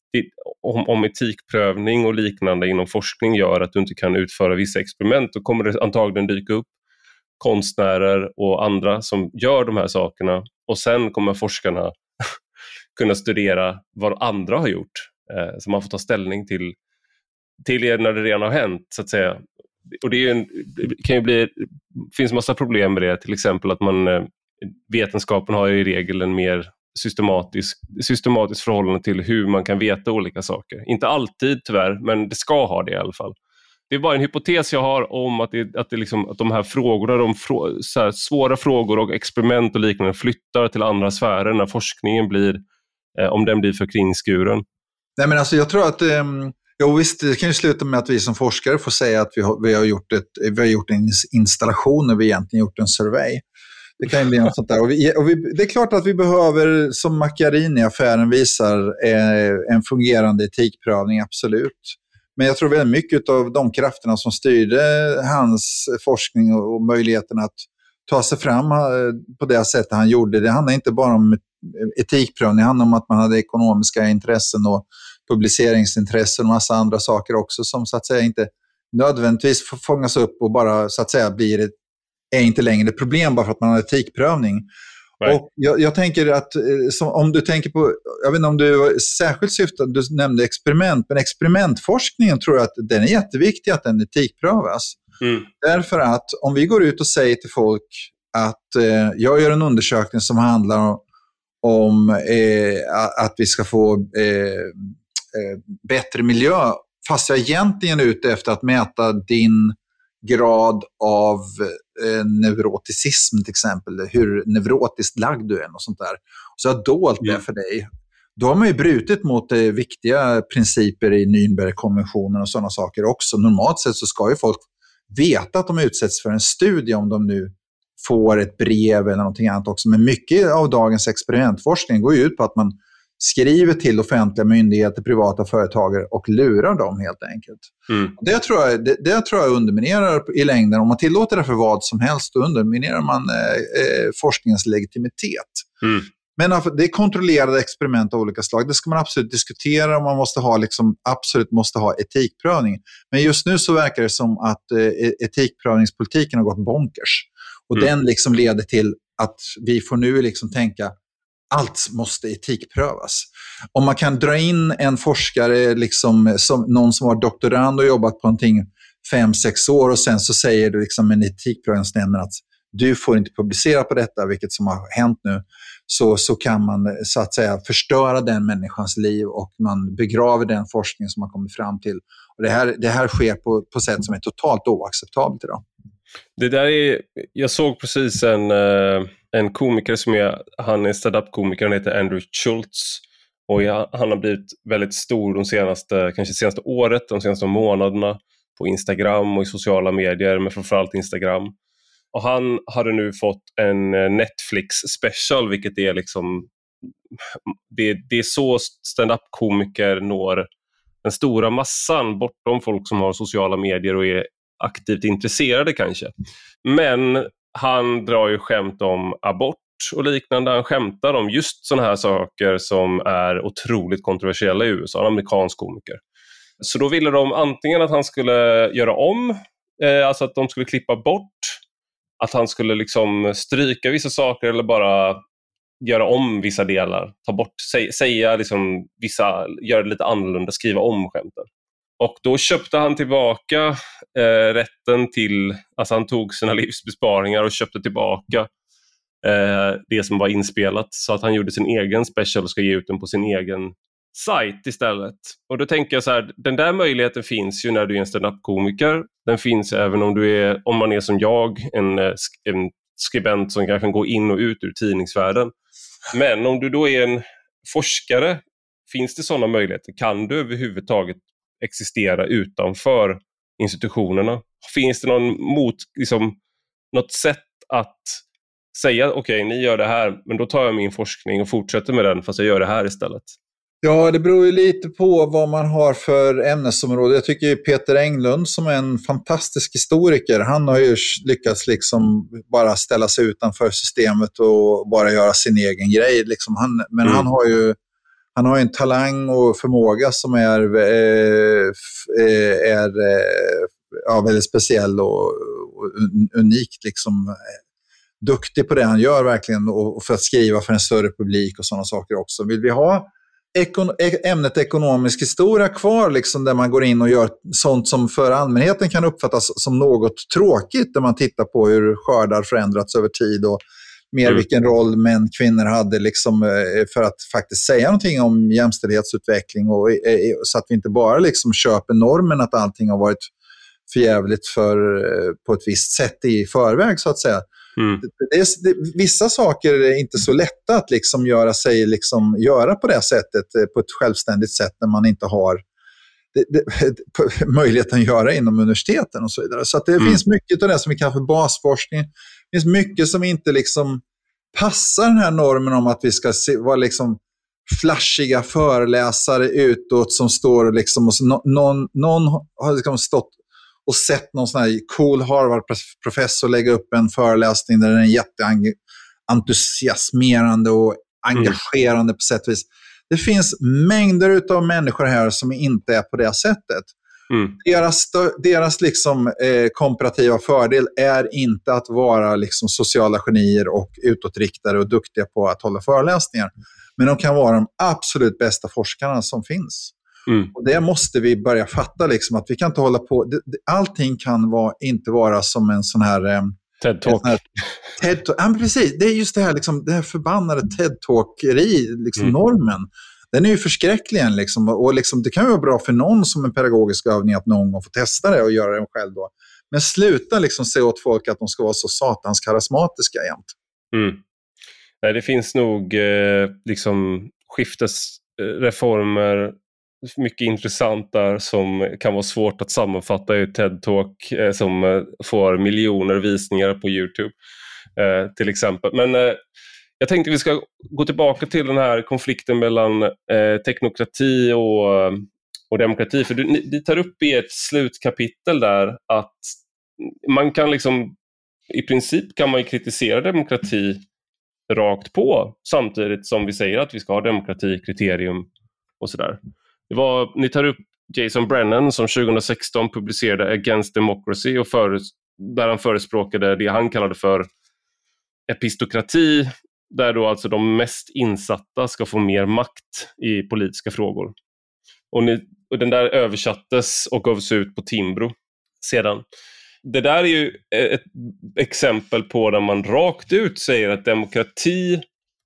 om, om etikprövning och liknande inom forskning gör att du inte kan utföra vissa experiment, då kommer det antagligen dyka upp konstnärer och andra som gör de här sakerna, och sen kommer forskarna kunna studera vad andra har gjort, eh, så man får ta ställning till till när det redan har hänt så att säga. Och det, är en, det kan ju bli, finns massa problem med det, till exempel att man eh, vetenskapen har i regel en mer systematisk, systematisk förhållande till hur man kan veta olika saker. Inte alltid tyvärr, men det ska ha det i alla fall. Det är bara en hypotes jag har om att, det, att, det liksom, att de här frågorna, de frå, så här svåra frågor och experiment och liknande flyttar till andra sfärer när forskningen blir, eh, om den blir för kringskuren. Nej, men alltså jag tror att eh, ja, visst, det kan ju sluta med att vi som forskare får säga att vi har, vi har, gjort, ett, vi har gjort en installation när vi egentligen gjort en survey. Det kan ju bli något sånt där. Och vi, och vi, det är klart att vi behöver, som Macchiarini-affären visar, eh, en fungerande etikprövning, absolut. Men jag tror väldigt mycket av de krafterna som styrde hans forskning och, och möjligheten att ta sig fram på det sättet han gjorde, det handlar inte bara om etikprövning, det handlar om att man hade ekonomiska intressen och publiceringsintressen och massa andra saker också som så att säga inte nödvändigtvis får fångas upp och bara så att säga blir ett, är inte längre ett problem bara för att man har etikprövning. Right. Och jag, jag tänker att som, om du tänker på, jag vet inte om du särskilt syftar, du nämnde experiment, men experimentforskningen tror jag att den är jätteviktig att den etikprövas. Mm. Därför att om vi går ut och säger till folk att eh, jag gör en undersökning som handlar om, om eh, att vi ska få eh, eh, bättre miljö, fast jag egentligen är ute efter att mäta din grad av eh, neuroticism till exempel, hur neurotiskt lagd du är och sånt där. Så jag har dolt det för dig. då har man ju brutit mot eh, viktiga principer i Nürnbergkonventionen och sådana saker också. Normalt sett så ska ju folk veta att de utsätts för en studie om de nu får ett brev eller någonting annat också. Men mycket av dagens experimentforskning går ju ut på att man skriver till offentliga myndigheter, privata företagare och lurar dem helt enkelt. Mm. Det, tror jag, det, det tror jag underminerar i längden. Om man tillåter det för vad som helst, då underminerar man eh, forskningens legitimitet. Mm. Men alltså, det är kontrollerade experiment av olika slag. Det ska man absolut diskutera och man måste ha, liksom, absolut måste ha etikprövning. Men just nu så verkar det som att eh, etikprövningspolitiken har gått bonkers. Och mm. den liksom leder till att vi får nu liksom tänka allt måste etikprövas. Om man kan dra in en forskare, liksom, som, någon som var doktorand och jobbat på någonting fem, sex år och sen så säger du liksom en etikprövningsnämnd att du får inte publicera på detta, vilket som har hänt nu, så, så kan man så att säga förstöra den människans liv och man begraver den forskning som man kommit fram till. Och det här, det här sker på, på sätt som är totalt oacceptabelt idag. Det där är, jag såg precis en, en komiker som är, han är stand-up-komiker, han heter Andrew Schultz och jag, han har blivit väldigt stor de senaste, kanske senaste året, de senaste månaderna på Instagram och i sociala medier, men framförallt Instagram. Och han hade nu fått en Netflix special, vilket är liksom, det, det är så stand-up-komiker når den stora massan bortom folk som har sociala medier och är aktivt intresserade kanske. Men han drar ju skämt om abort och liknande. Han skämtar om just sådana här saker som är otroligt kontroversiella i U S A, en amerikansk komiker. Så då ville de antingen att han skulle göra om, eh, alltså att de skulle klippa bort, att han skulle liksom stryka vissa saker eller bara göra om vissa delar, ta bort, sä- säga liksom vissa, göra det lite annorlunda, skriva om skämten. Och då köpte han tillbaka eh, rätten till, alltså han tog sina livsbesparingar och köpte tillbaka eh, det som var inspelat, så att han gjorde sin egen special och ska ge ut den på sin egen sajt istället. Och då tänker jag så här, den där möjligheten finns ju när du är en stand-up-komiker. Den finns även om du är, om man är som jag, en, en skribent som kanske går in och ut ur tidningsvärlden. Men om du då är en forskare, finns det sådana möjligheter? Kan du överhuvudtaget existera utanför institutionerna? Finns det någon mot, liksom, något sätt att säga okej, okay, ni gör det här, men då tar jag min forskning och fortsätter med den fast jag gör det här istället? Ja, det beror ju lite på vad man har för ämnesområde. Jag tycker ju Peter Englund som är en fantastisk historiker, han har ju lyckats liksom bara ställa sig utanför systemet och bara göra sin egen grej. Liksom han, men mm. han har ju Han har en talang och förmåga som är, eh, är eh, ja, väldigt speciell och, och unikt. Liksom. Duktig på det han gör verkligen, och för att skriva för en större publik och sådana saker också. Vill vi ha ekon- ämnet ekonomisk historia kvar, liksom, där man går in och gör sånt som för allmänheten kan uppfattas som något tråkigt, där man tittar på hur skördar förändrats över tid och mer mm. vilken roll män, kvinnor hade liksom, för att faktiskt säga någonting om jämställdhetsutveckling, och, så att vi inte bara liksom köper normen att allting har varit förjävligt för, på ett visst sätt i förväg så att säga. Mm. Det, det är, det, vissa saker är inte så lätta att liksom göra, sig, liksom, göra på det sättet, på ett självständigt sätt när man inte har det, det, möjligheten att göra inom universiteten och så vidare. Så att det mm. finns mycket av det som vi kallar för basforskning. Det finns mycket som inte liksom passar den här normen om att vi ska se, vara liksom flashiga föreläsare utåt som står och liksom, och så no, någon, någon har liksom stått och sett någon sån här cool Harvard-professor lägga upp en föreläsning där den är jätteentusiasmerande och engagerande mm. på sätt och vis. Det finns mängder av människor här som inte är på det sättet. Mm. Deras, deras liksom, eh, komparativa fördel är inte att vara liksom, sociala genier och utåtriktade och duktiga på att hålla föreläsningar. Men de kan vara de absolut bästa forskarna som finns. Mm. Och det måste vi börja fatta, liksom, att vi kan inte hålla på. Det, det, allting kan vara, inte vara som en sån här... Eh, TED-talk. TED ja, precis. Det är just det här, liksom, det här förbannade TED-talkeri, liksom, mm. normen. Den är ju förskräcklig. Liksom, och liksom, det kan ju vara bra för någon som en pedagogisk övning att någon gång få testa det och göra det själv då. Men sluta liksom se åt folk att de ska vara så satans karismatiska jämt. Mm. Nej, det finns nog eh, liksom skiftes reformer, mycket intressant där som kan vara svårt att sammanfatta i TED-talk eh, som eh, får miljoner visningar på YouTube eh, till exempel. Men eh, jag tänkte vi ska gå tillbaka till den här konflikten mellan eh, teknokrati och, och demokrati. För du, ni, ni tar upp i ett slutkapitel där att man kan liksom, i princip kan man ju kritisera demokrati rakt på samtidigt som vi säger att vi ska ha demokratikriterium och sådär. Det var, ni tar upp Jason Brennan som tjugohundrasexton publicerade Against Democracy och för, där han förespråkade det han kallade för epistokrati, där då alltså de mest insatta ska få mer makt i politiska frågor. Och, ni, och den där översattes och gavs ut på Timbro sedan. Det där är ju ett exempel på där man rakt ut säger att demokrati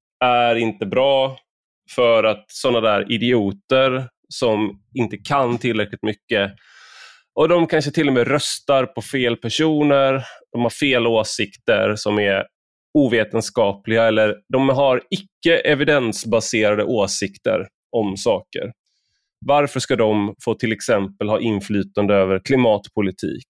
är inte bra för att sådana där idioter som inte kan tillräckligt mycket och de kanske till och med röstar på fel personer, de har fel åsikter som är ovetenskapliga eller de har icke-evidensbaserade åsikter om saker. Varför ska de få till exempel ha inflytande över klimatpolitik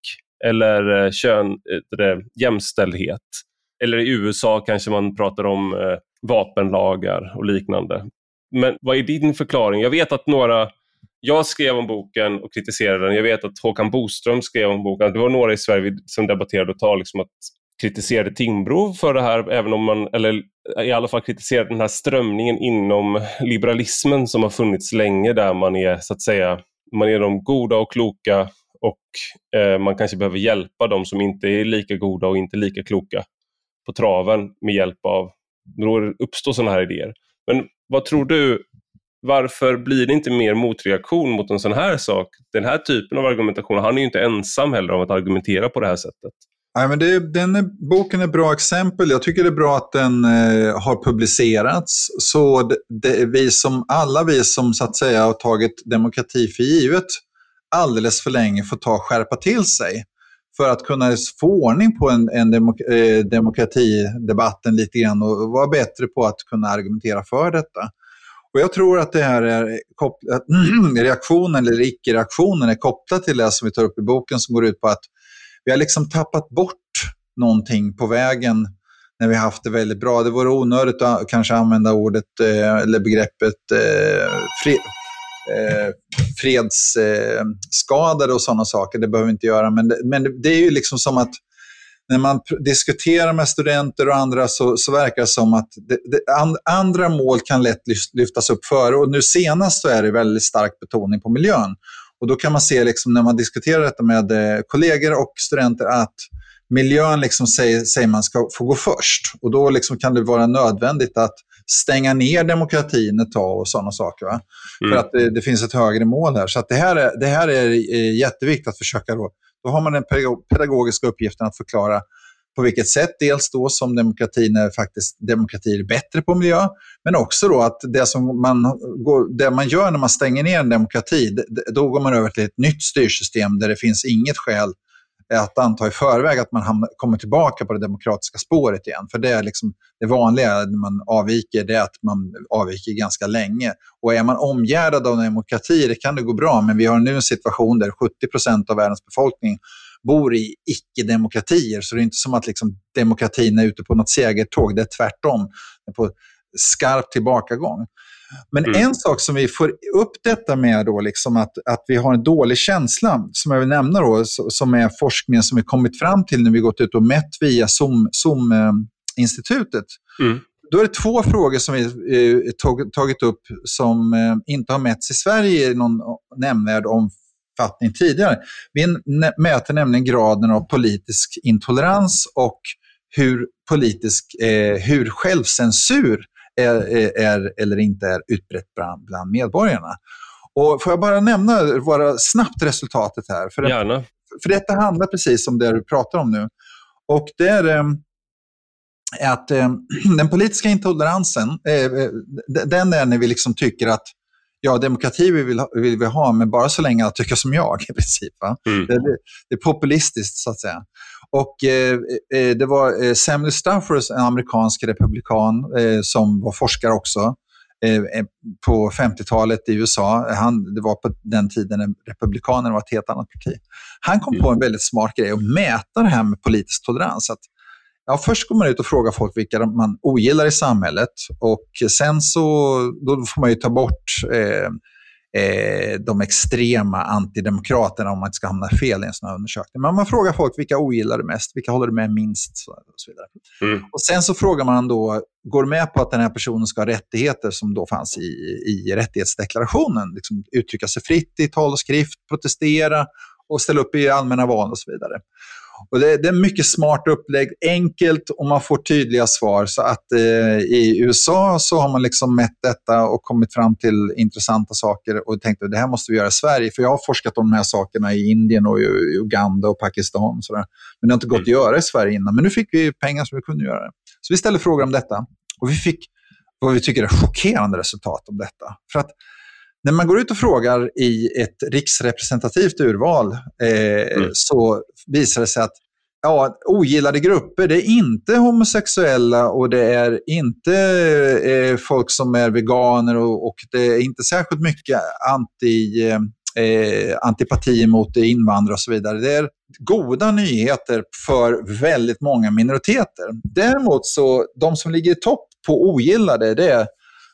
eller kön, eller jämställdhet? Eller i U S A kanske man pratar om eh, vapenlagar och liknande. Men vad är din förklaring? Jag vet att några, jag skrev om boken och kritiserade den. Jag vet att Håkan Boström skrev om boken. Det var några i Sverige som debatterade och talade liksom att kritiserade Timbro för det här, även om man, eller i alla fall kritiserade den här strömningen inom liberalismen som har funnits länge, där man är så att säga, man är de goda och kloka och eh, man kanske behöver hjälpa de som inte är lika goda och inte lika kloka på traven med hjälp av, då uppstår sådana här idéer. Men vad tror du, varför blir det inte mer motreaktion mot en sån här sak? Den här typen av argumentation, han är ju inte ensam heller om att argumentera på det här sättet. Nej, men det, den är, boken är ett bra exempel. Jag tycker det är bra att den eh, har publicerats. Så det, det, vi som, alla vi som så att säga har tagit demokrati för givet alldeles för länge får ta skärpa till sig. För att kunna få ordning på en, en demok, eh, demokratidebatten lite grann och vara bättre på att kunna argumentera för detta. Och jag tror att det här är kopplat, reaktionen eller icke-reaktionen är kopplat till det som vi tar upp i boken, som går ut på att vi har liksom tappat bort någonting på vägen när vi har haft det väldigt bra. Det vore onödigt att kanske använda ordet eh, eller begreppet eh, fred, eh, fredsskadade eh, och sådana saker. Det behöver vi inte göra. Men det, men det, det är ju liksom som att när man diskuterar med studenter och andra så, så verkar det som att det, det, and, andra mål kan lätt lyftas upp före. Och nu senast så är det väldigt stark betoning på miljön. Och då kan man se liksom, när man diskuterar detta med eh, kollegor och studenter att miljön liksom säger, säger man ska få gå först. Och då liksom kan det vara nödvändigt att stänga ner demokratin ett tag och sådana saker. Va? Mm. För att det, det finns ett högre mål här. Så att det, här är, det här är jätteviktigt att försöka då. Då har man den pedagogiska uppgiften att förklara på vilket sätt dels då som demokratin är faktiskt demokrati är bättre på miljö, men också då att det som man går, det man gör när man stänger ner en demokrati, då går man över till ett nytt styrsystem där det finns inget skäl att anta i förväg att man hamnar, kommer tillbaka på det demokratiska spåret igen. För det är liksom det vanliga när man avviker, det är att man avviker ganska länge. Och är man omgärdad av demokrati, det kan det gå bra, men vi har nu en situation där sjuttio procent av världens befolkning bor i icke-demokratier, så det är inte som att liksom demokratin är ute på något segertåg, det är tvärtom, det är på skarp tillbakagång. Men mm. en sak som vi får upp detta med då, liksom att, att vi har en dålig känsla, som jag vill nämna då, som är forskningen som vi kommit fram till när vi gått ut och mätt via Zoom-institutet. Mm. Då är det två frågor som vi eh, tag, tagit upp som eh, inte har mätts i Sverige i någon nämnvärd omfattning tidigare. Vi mäter nämligen graden av politisk intolerans och hur, politisk, eh, hur självcensur är, är eller inte är utbrett bland, bland medborgarna. Och får jag bara nämna våra snabbt resultatet här? För, Gärna. för detta handlar precis om det du pratar om nu. Och det är eh, att eh, den politiska intoleransen, eh, den är när vi liksom tycker att ja, demokrati vill, vill, vill vi ha, men bara så länge att tycka som jag i princip. Va? Mm. Det, det, det är populistiskt så att säga. Och eh, det var eh, Samuel Stafford, en amerikansk republikan eh, som var forskare också, eh, på femtiotalet i U S A. Han, det var på den tiden när republikanerna var ett helt annat parti. Han kom mm. på en väldigt smart grej att mäta det här med politisk tolerans. Att, ja, först går man ut och frågar folk vilka man ogillar i samhället, och sen så då får man ju ta bort eh, eh, de extrema antidemokraterna om man inte ska hamna fel i en sån här undersökning. Men man frågar folk vilka ogillar det mest, vilka håller det med minst och så vidare. Mm. Och sen så frågar man då, går med på att den här personen ska ha rättigheter som då fanns i, i rättighetsdeklarationen, liksom uttrycka sig fritt i tal och skrift, protestera och ställa upp i allmänna val och så vidare. Och det, det är mycket smart upplägg, enkelt, och man får tydliga svar. Så att eh, i U S A så har man liksom mätt detta och kommit fram till intressanta saker och tänkte att det här måste vi göra i Sverige. För jag har forskat om de här sakerna i Indien och i Uganda och Pakistan och sådär. Men det har inte gått att göra i Sverige innan. Men nu fick vi pengar så vi kunde göra det. Så vi ställde frågor om detta. Och vi fick vad vi tycker är chockerande resultat om detta. För att när man går ut och frågar i ett riksrepresentativt urval eh, mm. så visar det sig att ja, ogillade grupper, det är inte homosexuella och det är inte eh, folk som är veganer och, och det är inte särskilt mycket anti, eh, antipati mot invandrare och så vidare. Det är goda nyheter för väldigt många minoriteter. Däremot så de som ligger i topp på ogillade, det är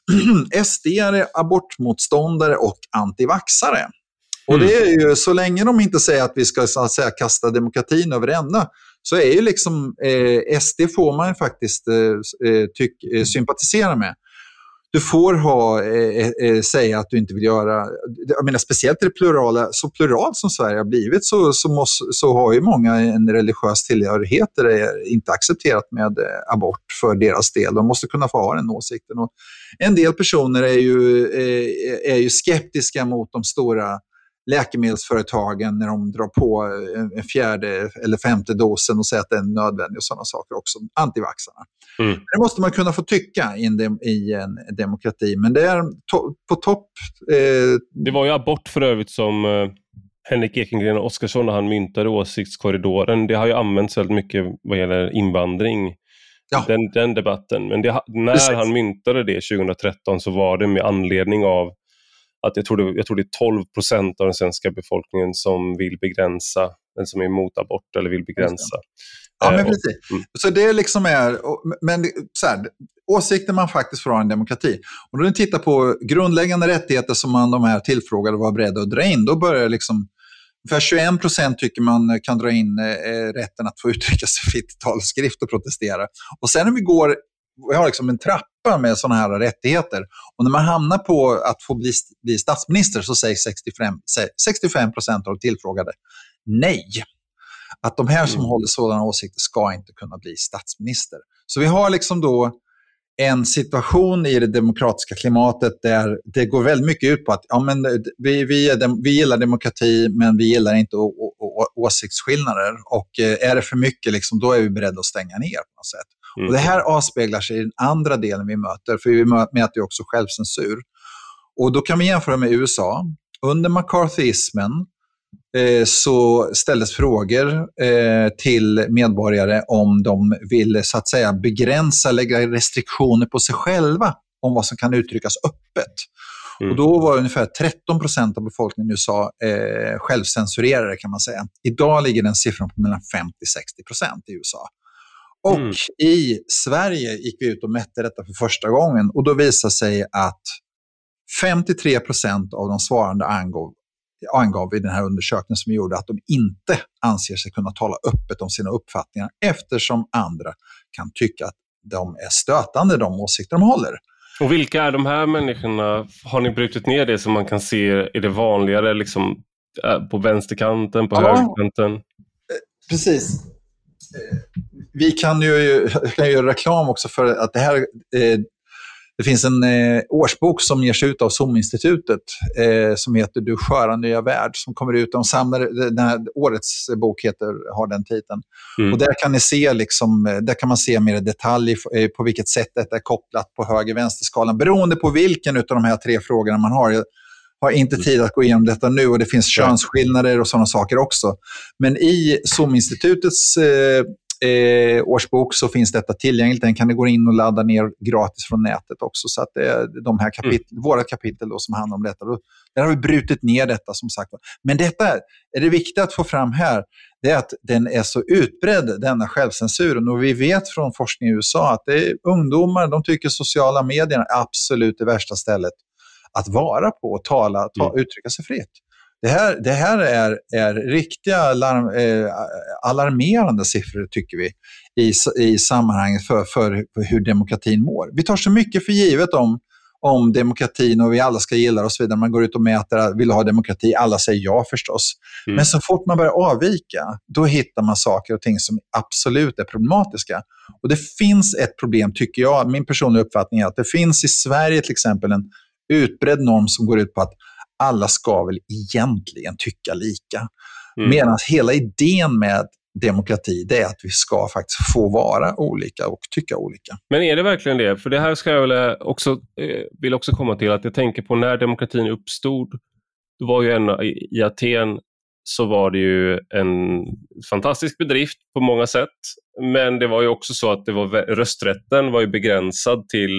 S D-are, abortmotståndare och antivaxare. Mm. Och det är ju, så länge de inte säger att vi ska så att säga kasta demokratin över ända, så är ju liksom eh, S D får man ju faktiskt eh, tyck, eh, sympatisera med. Du får ha, eh, eh, säga att du inte vill göra, jag menar speciellt i det plurala, så pluralt som Sverige har blivit så, så, måste, så har ju många en religiös tillhörighet där det är inte accepterat med eh, abort för deras del. De måste kunna få ha den åsikten. Och en del personer är ju, eh, är ju skeptiska mot de stora läkemedelsföretagen när de drar på en fjärde eller femte dosen och säger att den är nödvändig och sådana saker också. Antivaxarna. Mm. Det måste man kunna få tycka i en, dem, i en demokrati, men det är to- på topp. Eh... Det var ju abort för övrigt som eh, Henrik Ekengren och Oskarsson när han myntade åsiktskorridoren. Det har ju använts väldigt mycket vad gäller invandring. Ja. Den, den debatten. Men det, när Precis. han myntade det tjugohundratretton så var det med anledning av att jag tror, det, jag tror det är tolv procent av den svenska befolkningen som vill begränsa, den som är emot abort eller vill begränsa. Ja, men precis. Mm. Så det liksom är, men så här, åsikter man faktiskt får ha en demokrati. Och när du tittar på grundläggande rättigheter som man de här tillfrågade var beredda att dra in, då börjar liksom, för tjugoen procent tycker man kan dra in eh, rätten att få uttrycka sig fritt i tal och skrift och protestera. Och sen när vi går, vi har liksom en trappa med sådana här rättigheter. Och när man hamnar på att få bli, bli statsminister så säger sextiofem procent av de tillfrågade nej. Att de här som mm. håller sådana åsikter ska inte kunna bli statsminister. Så vi har liksom då en situation i det demokratiska klimatet där det går väldigt mycket ut på att ja, men vi, vi, är dem, vi gillar demokrati men vi gillar inte å, å, å, åsiktsskillnader. Och är det för mycket liksom, då är vi beredda att stänga ner på något sätt. Mm. Och det här avspeglar sig i den andra delen vi möter, för vi mäter ju också självcensur. Och då kan vi jämföra med U S A. Under McCarthyismen eh, så ställdes frågor eh, till medborgare om de ville så att säga begränsa, lägga restriktioner på sig själva om vad som kan uttryckas öppet. Mm. Och då var ungefär tretton procent av befolkningen i U S A eh, självcensurerade kan man säga. Idag ligger den siffran på mellan femtio till sextio procent i U S A. Och mm. i Sverige gick vi ut och mätte detta för första gången. Och då visade sig att femtiotre procent av de svarande angav, angav i den här undersökningen som vi gjorde att de inte anser sig kunna tala öppet om sina uppfattningar eftersom andra kan tycka att de är stötande, de åsikter de håller. Och vilka är de här människorna? Har ni brutit ner det som man kan se? Är det vanligare liksom, på vänsterkanten, på ja, högerkanten? Precis. Vi kan ju, kan ju göra reklam också för att det här eh, det finns en eh, årsbok som ges ut av SOM-institutet eh, som heter Du sköra nya värld som kommer ut. De samlar, den här, årets bok heter, har den titeln. Mm. Och där kan ni se liksom, där kan man se mer i detalj eh, på vilket sätt detta är kopplat på höger-vänsterskalan beroende på vilken av de här tre frågorna man har. Jag har inte tid att gå igenom detta nu och det finns könsskillnader och sådana saker också. Men i SOM-institutets eh, eh, årsbok så finns detta tillgängligt. Den kan du gå in och ladda ner gratis från nätet också. Så att det är de här kapitel, mm. våra kapitel då, som handlar om detta. Då, där har vi brutit ner detta som sagt. Men detta är, är det viktigt att få fram här. Det är att den är så utbredd, denna självcensuren. Och vi vet från forskning i U S A att det är ungdomar, de tycker sociala medier är absolut det värsta stället att vara på och tala, ta, mm. uttrycka sig fritt. Det här, det här är, är riktiga alarm, eh, alarmerande siffror tycker vi i, i sammanhanget för, för, för hur demokratin mår. Vi tar så mycket för givet om, om demokratin och vi alla ska gilla och så vidare. Man går ut och mäter, vill ha demokrati, alla säger ja förstås. Mm. Men så fort man börjar avvika, då hittar man saker och ting som absolut är problematiska. Och det finns ett problem tycker jag, min personliga uppfattning är att det finns i Sverige till exempel en utbredd norm som går ut på att alla ska väl egentligen tycka lika. Mm. Medan hela idén med demokrati, det är att vi ska faktiskt få vara olika och tycka olika. Men är det verkligen det? För det här ska jag väl också, eh, vill också komma till att jag tänker på när demokratin uppstod. Det var ju en, i Aten så var det ju en fantastisk bedrift på många sätt. Men det var ju också så att det var, rösträtten var ju begränsad till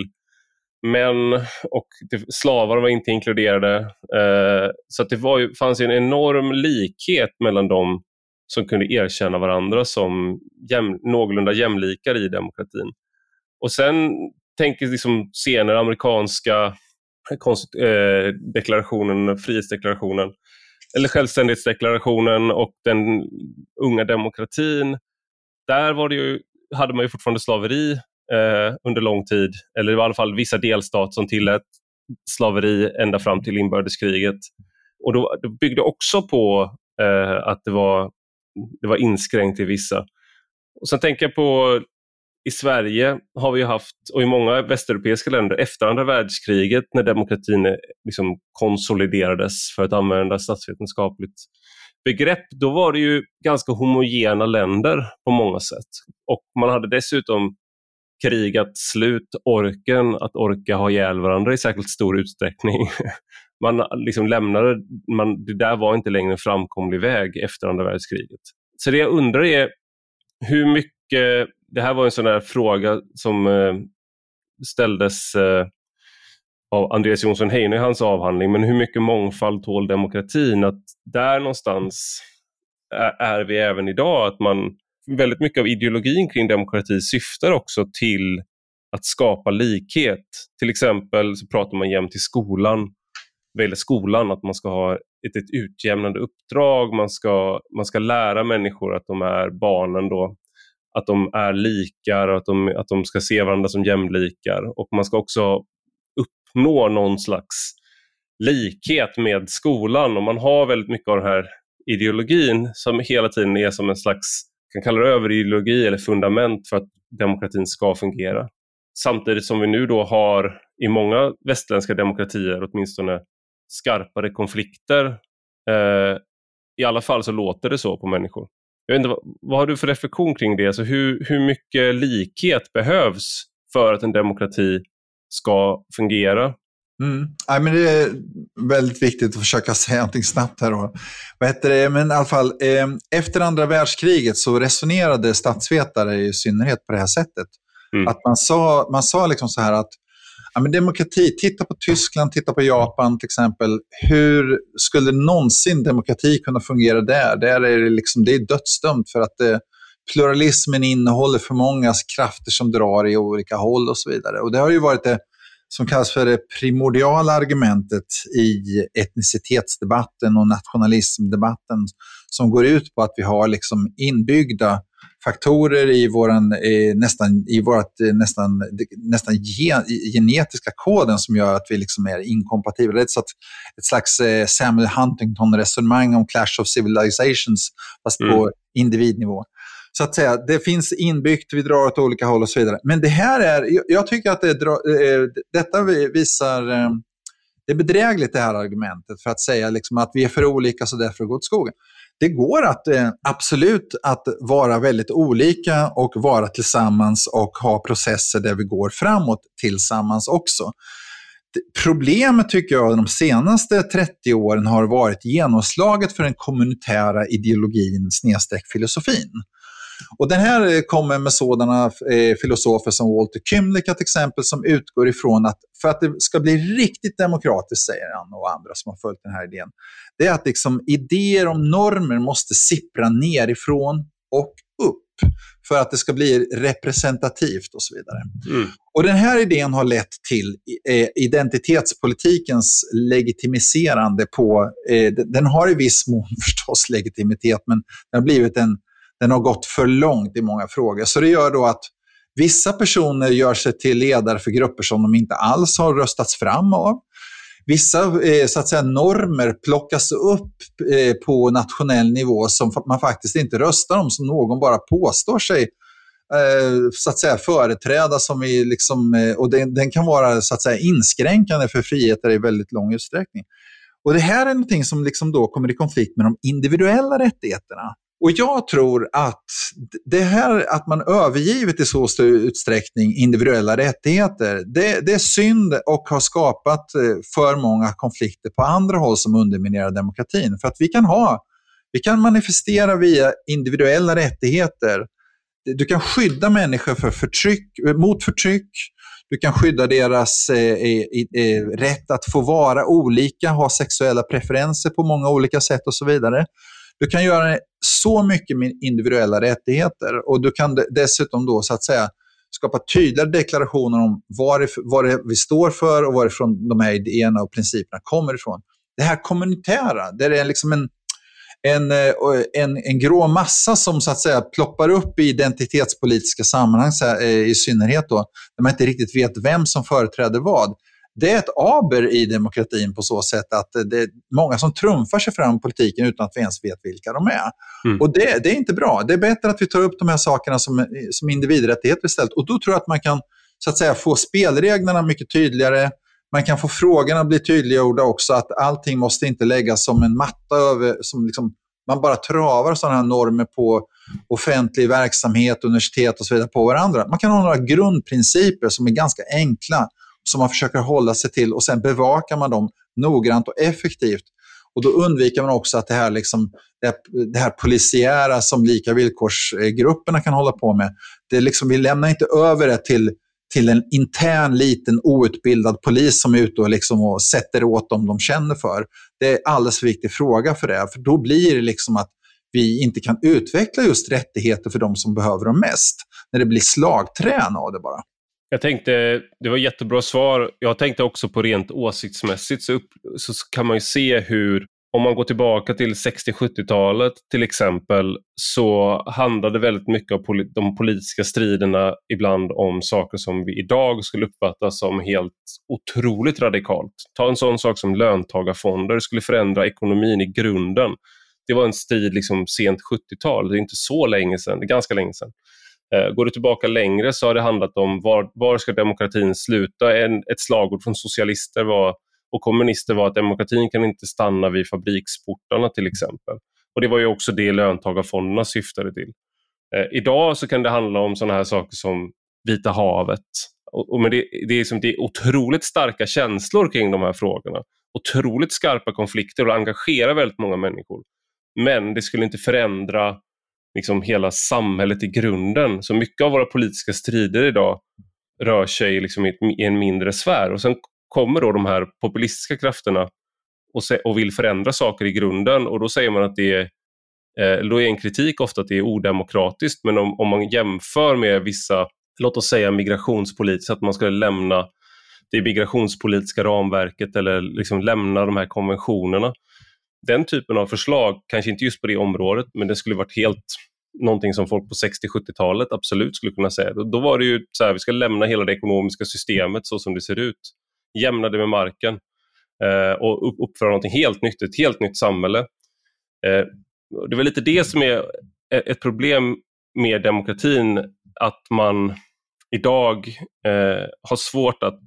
män och det, slavar var inte inkluderade. Eh, så att det var ju, fanns ju en enorm likhet mellan dem som kunde erkänna varandra som jäm, någorlunda jämlikar i demokratin. Och sen tänker liksom senare amerikanska konst, eh, deklarationen, frihetsdeklarationen eller självständighetsdeklarationen och den unga demokratin. Där var det ju, hade man ju fortfarande slaveri eh, under lång tid, eller i alla fall vissa delstater som tillät slaveri ända fram till inbördeskriget. Och då, då byggde också på eh, att det var det var inskränkt i vissa. Och sen tänker jag på i Sverige har vi haft, och i många västeuropeiska länder efter andra världskriget när demokratin liksom konsoliderades, för att använda statsvetenskapligt begrepp, då var det ju ganska homogena länder på många sätt. Och man hade dessutom krigat slut orken att orka ha ihjäl varandra i särskilt stor utsträckning. Man liksom lämnade, man, det där var inte längre en framkomlig väg efter andra världskriget. Så det jag undrar är hur mycket, det här var en sån där fråga som eh, ställdes eh, av Andreas Jonsson Heine i hans avhandling, men hur mycket mångfald tål demokratin? Att där någonstans är, är vi även idag, att man, väldigt mycket av ideologin kring demokrati syftar också till att skapa likhet. Till exempel så pratar man jämt i skolan, eller skolan, att man ska ha ett, ett utjämnande uppdrag, man ska, man ska lära människor att de är barnen då, att de är likar, att de, att de ska se varandra som jämlikar, och man ska också uppnå någon slags likhet med skolan, och man har väldigt mycket av den här ideologin som hela tiden är som en slags, kan kalla det överideologi eller fundament för att demokratin ska fungera. Samtidigt som vi nu då har i många västerländska demokratier åtminstone skarpare konflikter. Eh, I alla fall så låter det så på människor. Jag vet inte, vad, vad har du för reflektion kring det? Alltså hur, hur mycket likhet behövs för att en demokrati ska fungera? Mm. Ja, men det är väldigt viktigt att försöka säga någonting snabbt här då. Vad heter det? Men i alla fall, eh, efter andra världskriget så resonerade statsvetare i synnerhet på det här sättet. Mm. Att man sa, man sa liksom så här att ja, men demokrati, titta på Tyskland, titta på Japan till exempel. Hur skulle någonsin demokrati kunna fungera där? Där är det, liksom, det är dödsdömt för att eh, pluralismen innehåller för många krafter som drar i olika håll och så vidare. Och det har ju varit det som kallas för det primordiala argumentet i etnicitetsdebatten och nationalismdebatten, som går ut på att vi har liksom inbyggda faktorer i våran eh, nästan i vårat eh, nästan nästan gen, genetiska koden som gör att vi liksom är inkompatibla. Det är ett, ett slags eh, Samuel Huntington resonemang om Clash of Civilizations fast mm. på individnivå. Så att säga, det finns inbyggt, vi drar åt olika håll och så vidare. Men det här är, jag, jag tycker att det dra, eh, detta visar, eh, det är bedrägligt det här argumentet för att säga liksom att vi är för olika så därför går åt skogen. Det går att eh, absolut att vara väldigt olika och vara tillsammans och ha processer där vi går framåt tillsammans också. Det, problemet tycker jag de senaste trettio åren har varit genomslaget för den kommunitära ideologin snedstreck filosofin. Och den här kommer med sådana eh, filosofer som Walter Kymlicka till exempel, som utgår ifrån att för att det ska bli riktigt demokratiskt, säger han och andra som har följt den här idén, det är att liksom idéer om normer måste sippra nerifrån och upp för att det ska bli representativt och så vidare. Mm. Och den här idén har lett till eh, identitetspolitikens legitimiserande på, eh, den har i viss mån förstås legitimitet, men den har blivit en, den har gått för långt i många frågor. Så det gör då att vissa personer gör sig till ledare för grupper som de inte alls har röstats fram av. Vissa eh, så att säga, normer plockas upp eh, på nationell nivå som man faktiskt inte röstar om, som någon bara påstår sig eh, så att säga, företräda. Som vi liksom, eh, och den, den kan vara så att säga, inskränkande för friheter i väldigt lång utsträckning. Och det här är någonting som liksom då kommer i konflikt med de individuella rättigheterna. Och jag tror att det här att man övergivit i så stor utsträckning individuella rättigheter, det, det är synd och har skapat för många konflikter på andra håll som underminerar demokratin. För att vi kan ha, vi kan manifestera via individuella rättigheter. Du kan skydda människor för förtryck, mot förtryck. Du kan skydda deras eh, eh, rätt att få vara olika, ha sexuella preferenser på många olika sätt och så vidare. Du kan göra så mycket med individuella rättigheter, och du kan dessutom då så att säga skapa tydligare deklarationer om vad det, vad det vi står för och varifrån de här idéerna och principerna kommer ifrån. Det här kommunitära, det är liksom en, en, en, en grå massa som så att säga ploppar upp i identitetspolitiska sammanhang, så här, i synnerhet då, där man inte riktigt vet vem som företräder vad. Det är ett aber i demokratin på så sätt att det är många som trumfar sig fram i politiken utan att vi ens vet vilka de är. Mm. Och det, det är inte bra. Det är bättre att vi tar upp de här sakerna som, som individrättigheter istället. Och då tror jag att man kan så att säga få spelreglerna mycket tydligare. Man kan få frågorna bli tydliggjorda också, att allting måste inte läggas som en matta över, som liksom, man bara travar sådana här normer på offentlig verksamhet, universitet och så vidare på varandra. Man kan ha några grundprinciper som är ganska enkla, som man försöker hålla sig till, och sen bevakar man dem noggrant och effektivt. Och då undviker man också att det här, liksom, det här, det här polisiära som lika villkorsgrupperna kan hålla på med. Det är liksom, vi lämnar inte över det till, till en intern liten outbildad polis som är ute och, liksom, och sätter åt dem de känner för. Det är en alldeles för viktig fråga för det. För då blir det liksom att vi inte kan utveckla just rättigheter för de som behöver dem mest. När det blir slagträn av det bara. Jag tänkte, det var jättebra svar. Jag tänkte också på rent åsiktsmässigt så, upp, så kan man ju se hur, om man går tillbaka till sextio-sjuttiotalet till exempel, så handlade väldigt mycket av poli- de politiska striderna ibland om saker som vi idag skulle uppfatta som helt otroligt radikalt. Ta en sån sak som löntagarfonder skulle förändra ekonomin i grunden. Det var en strid liksom sent sjuttiotal, det är inte så länge sedan, det är ganska länge sedan. Går du tillbaka längre så har det handlat om var, var ska demokratin sluta. En, ett slagord från socialister var, och kommunister var att demokratin kan inte stanna vid fabriksportarna till exempel. Och det var ju också det löntagarfonderna syftade till. Eh, idag så kan det handla om sådana här saker som Vita havet. Och, och men det, det, är som, det är otroligt starka känslor kring de här frågorna. Otroligt skarpa konflikter och engagerar väldigt många människor. Men det skulle inte förändra liksom hela samhället i grunden. Så mycket av våra politiska strider idag rör sig liksom i, ett, i en mindre sfär. Och sen kommer då de här populistiska krafterna och, se, och vill förändra saker i grunden. Och då säger man att det är, eh, då är en kritik ofta att det är odemokratiskt. Men om, om man jämför med vissa, låt oss säga migrationspolitiskt, att man skulle lämna det migrationspolitiska ramverket eller liksom lämna de här konventionerna. Den typen av förslag, kanske inte just på det området, men det skulle varit helt någonting som folk på sextio-sjuttiotalet absolut skulle kunna säga. Då var det ju så här, vi ska lämna hela det ekonomiska systemet så som det ser ut. Jämna det med marken eh, och upp, uppföra någonting helt nytt, ett helt nytt samhälle. Eh, det var lite det som är ett problem med demokratin, att man idag eh, har svårt att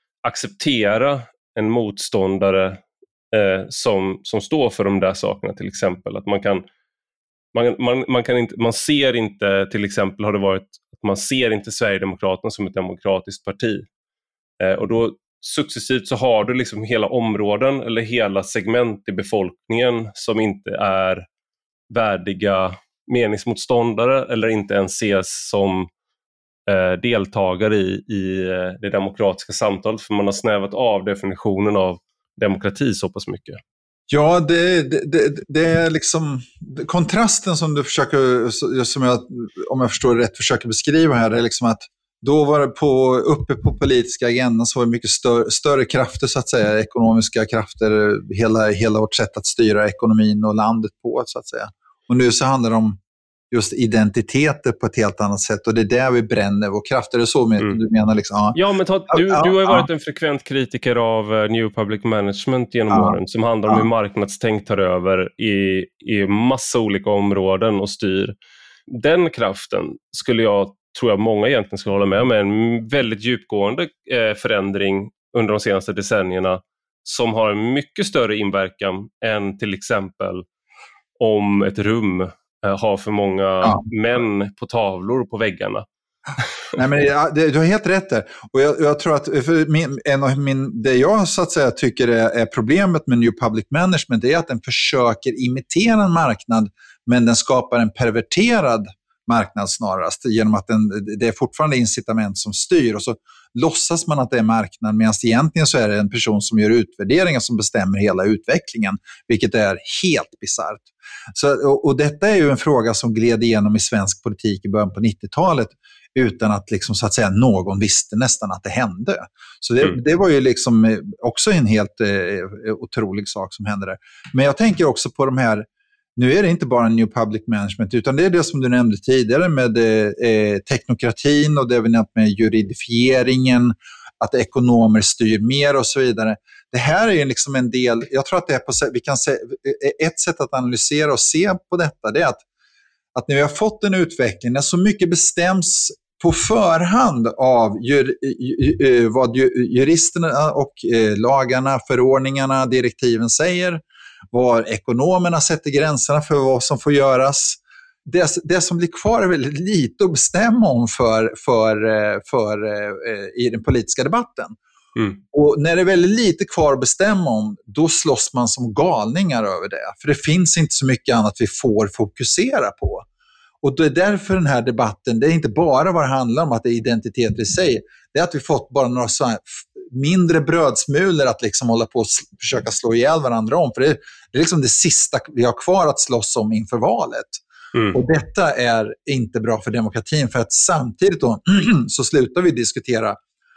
acceptera en motståndare Eh, som, som står för de där sakerna, till exempel att man kan man, man, man kan inte, man ser inte, till exempel har det varit att man ser inte Sverigedemokraterna som ett demokratiskt parti eh, och då successivt så har du liksom hela områden eller hela segment i befolkningen som inte är värdiga meningsmotståndare eller inte ens ses som eh, deltagare i, i det demokratiska samtalet, för man har snävat av definitionen av demokrati så pass mycket. Ja, det, det, det, det är liksom kontrasten som du försöker, som jag, om jag förstår det rätt, försöker beskriva här, är liksom att då var det på, uppe på politiska agendan så var det mycket större, större krafter, så att säga, ekonomiska krafter, hela, hela vårt sätt att styra ekonomin och landet på, så att säga. Och nu så handlar det om just identiteter på ett helt annat sätt, och det är där vi bränner vår kraft. Är det så med, mm. du menar? Liksom, ja, ja men ta, du, ja, du har ju varit ja. en frekvent kritiker av uh, New Public Management genom ja. åren, som handlar om ja. hur marknadstänk tar över i, i massa olika områden och styr. Den kraften skulle jag, tror jag många egentligen skulle hålla med om, en väldigt djupgående eh, förändring under de senaste decennierna som har en mycket större inverkan än till exempel om ett rum eh, har för många ja. män på tavlor på väggarna. Nej, men det, det, du har helt rätt där. Och jag, jag tror att för min, en av min, det jag så att säga tycker är, är problemet med New Public Management är att den försöker imitera en marknad, men den skapar en perverterad marknad snarast, genom att den, det är fortfarande incitament som styr, och så låtsas man att det är marknaden, medan egentligen så är det en person som gör utvärderingar som bestämmer hela utvecklingen, vilket är helt bisarrt. Så, och, och detta är ju en fråga som gled igenom i svensk politik i början på nittiotalet utan att, liksom, så att säga, någon visste nästan att det hände. Så det, mm. det var ju liksom också en helt eh, otrolig sak som hände där. Men jag tänker också på de här. Nu är det inte bara New Public Management, utan det är det som du nämnde tidigare med eh, teknokratin, och det vi nämnt med juridifieringen, att ekonomer styr mer och så vidare. Det här är liksom en del, jag tror att det är på, vi kan se, ett sätt att analysera och se på detta, det är att, att när vi har fått en utveckling, när så mycket bestäms på förhand av jur, vad juristerna och lagarna, förordningarna, direktiven säger, var ekonomerna sätter gränserna för vad som får göras. Det, det som blir kvar är väldigt lite att bestämma om för, för, för, eh, i den politiska debatten. Mm. Och när det är väldigt lite kvar att bestämma om, då slåss man som galningar över det. För det finns inte så mycket annat vi får fokusera på. Och det är därför den här debatten, det är inte bara vad det handlar om att det är identitet i sig, det är att vi fått bara några så här mindre brödsmulor att liksom hålla på och försöka slå ihjäl varandra om. För det är, det är liksom det sista vi har kvar att slåss om inför valet. Mm. Och detta är inte bra för demokratin, för att samtidigt då så slutar vi diskutera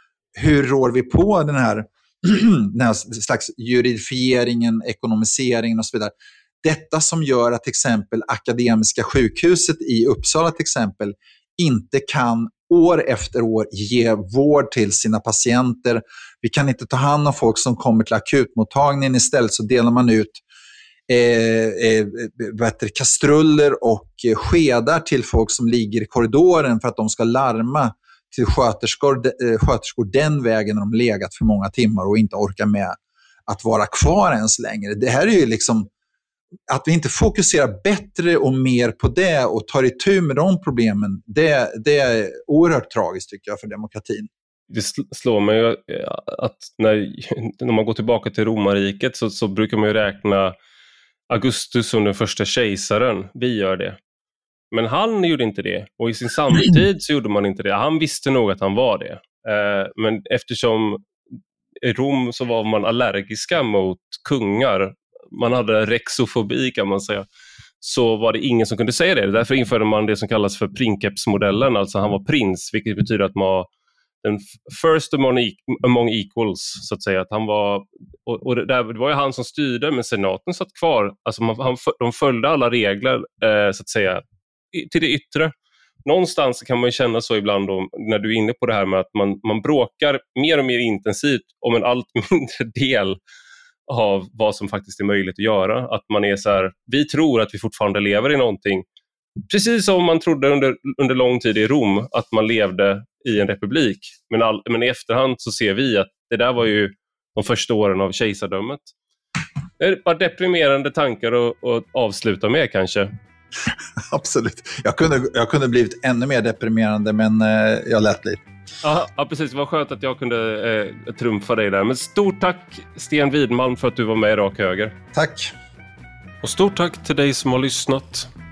hur rår vi på den här, den här slags juridifieringen, ekonomiseringen och så vidare. Detta som gör att till exempel Akademiska sjukhuset i Uppsala till exempel inte kan år efter år ge vård till sina patienter. Vi kan inte ta hand om folk som kommer till akutmottagningen. Istället så delar man ut eh, eh, vad heter det, kastruller och skedar till folk som ligger i korridoren för att de ska larma till sköterskor, eh, sköterskor den vägen när de legat för många timmar och inte orkar med att vara kvar ens längre. Det här är ju liksom att vi inte fokuserar bättre och mer på det och tar itu med de problemen, det, det är oerhört tragiskt tycker jag för demokratin. Det slår mig ju att när, när man går tillbaka till romarriket så, så brukar man ju räkna Augustus som den första kejsaren. Vi gör det. Men han gjorde inte det. Och i sin samtid så gjorde man inte det. Han visste nog att han var det. Eh, men eftersom i Rom så var man allergiska mot kungar, man hade rexofobi kan man säga, så var det ingen som kunde säga det. Därför införde man det som kallas för princeps-modellen, alltså han var prins, vilket betyder att man var den first among, among equals, så att säga. Att han var, och, och det, det var ju han som styrde, men senaten satt kvar, alltså man, han, de följde alla regler eh, så att säga till det yttre. Någonstans kan man ju känna så ibland då, när du är inne på det här med att man, man bråkar mer och mer intensivt om en allt mindre del av vad som faktiskt är möjligt att göra. Att man är så här, vi tror att vi fortfarande lever i någonting. Precis som man trodde under, under lång tid i Rom att man levde i en republik. Men, all, men i efterhand så ser vi att det där var ju de första åren av kejsardömet. Det är bara deprimerande tankar att, att avsluta med kanske. Absolut. Jag kunde, jag kunde blivit ännu mer deprimerande, men eh, jag lät bli. Ja, ja, precis. Det var skönt att jag kunde eh, trumfa dig där. Men stort tack Sten Widmalm för att du var med i Rak Höger. Tack. Och stort tack till dig som har lyssnat.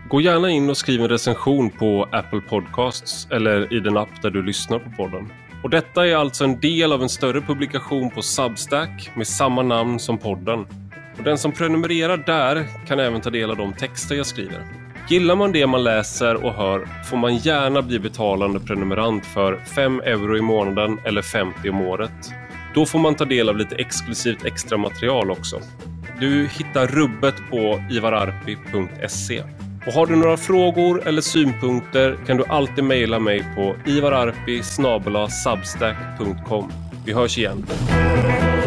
Gå gärna in och skriv en recension på Apple Podcasts eller i den app där du lyssnar på podden. Och detta är alltså en del av en större publikation på Substack med samma namn som podden. Och den som prenumererar där kan även ta del av de texter jag skriver. Gillar man det man läser och hör får man gärna bli betalande prenumerant för fem euro i månaden eller femtio om året. Då får man ta del av lite exklusivt extra material också. Du hittar rubbet på ivararpi punkt se. Och har du några frågor eller synpunkter kan du alltid mejla mig på ivararpi snabel-a substack punkt com. Vi hörs igen.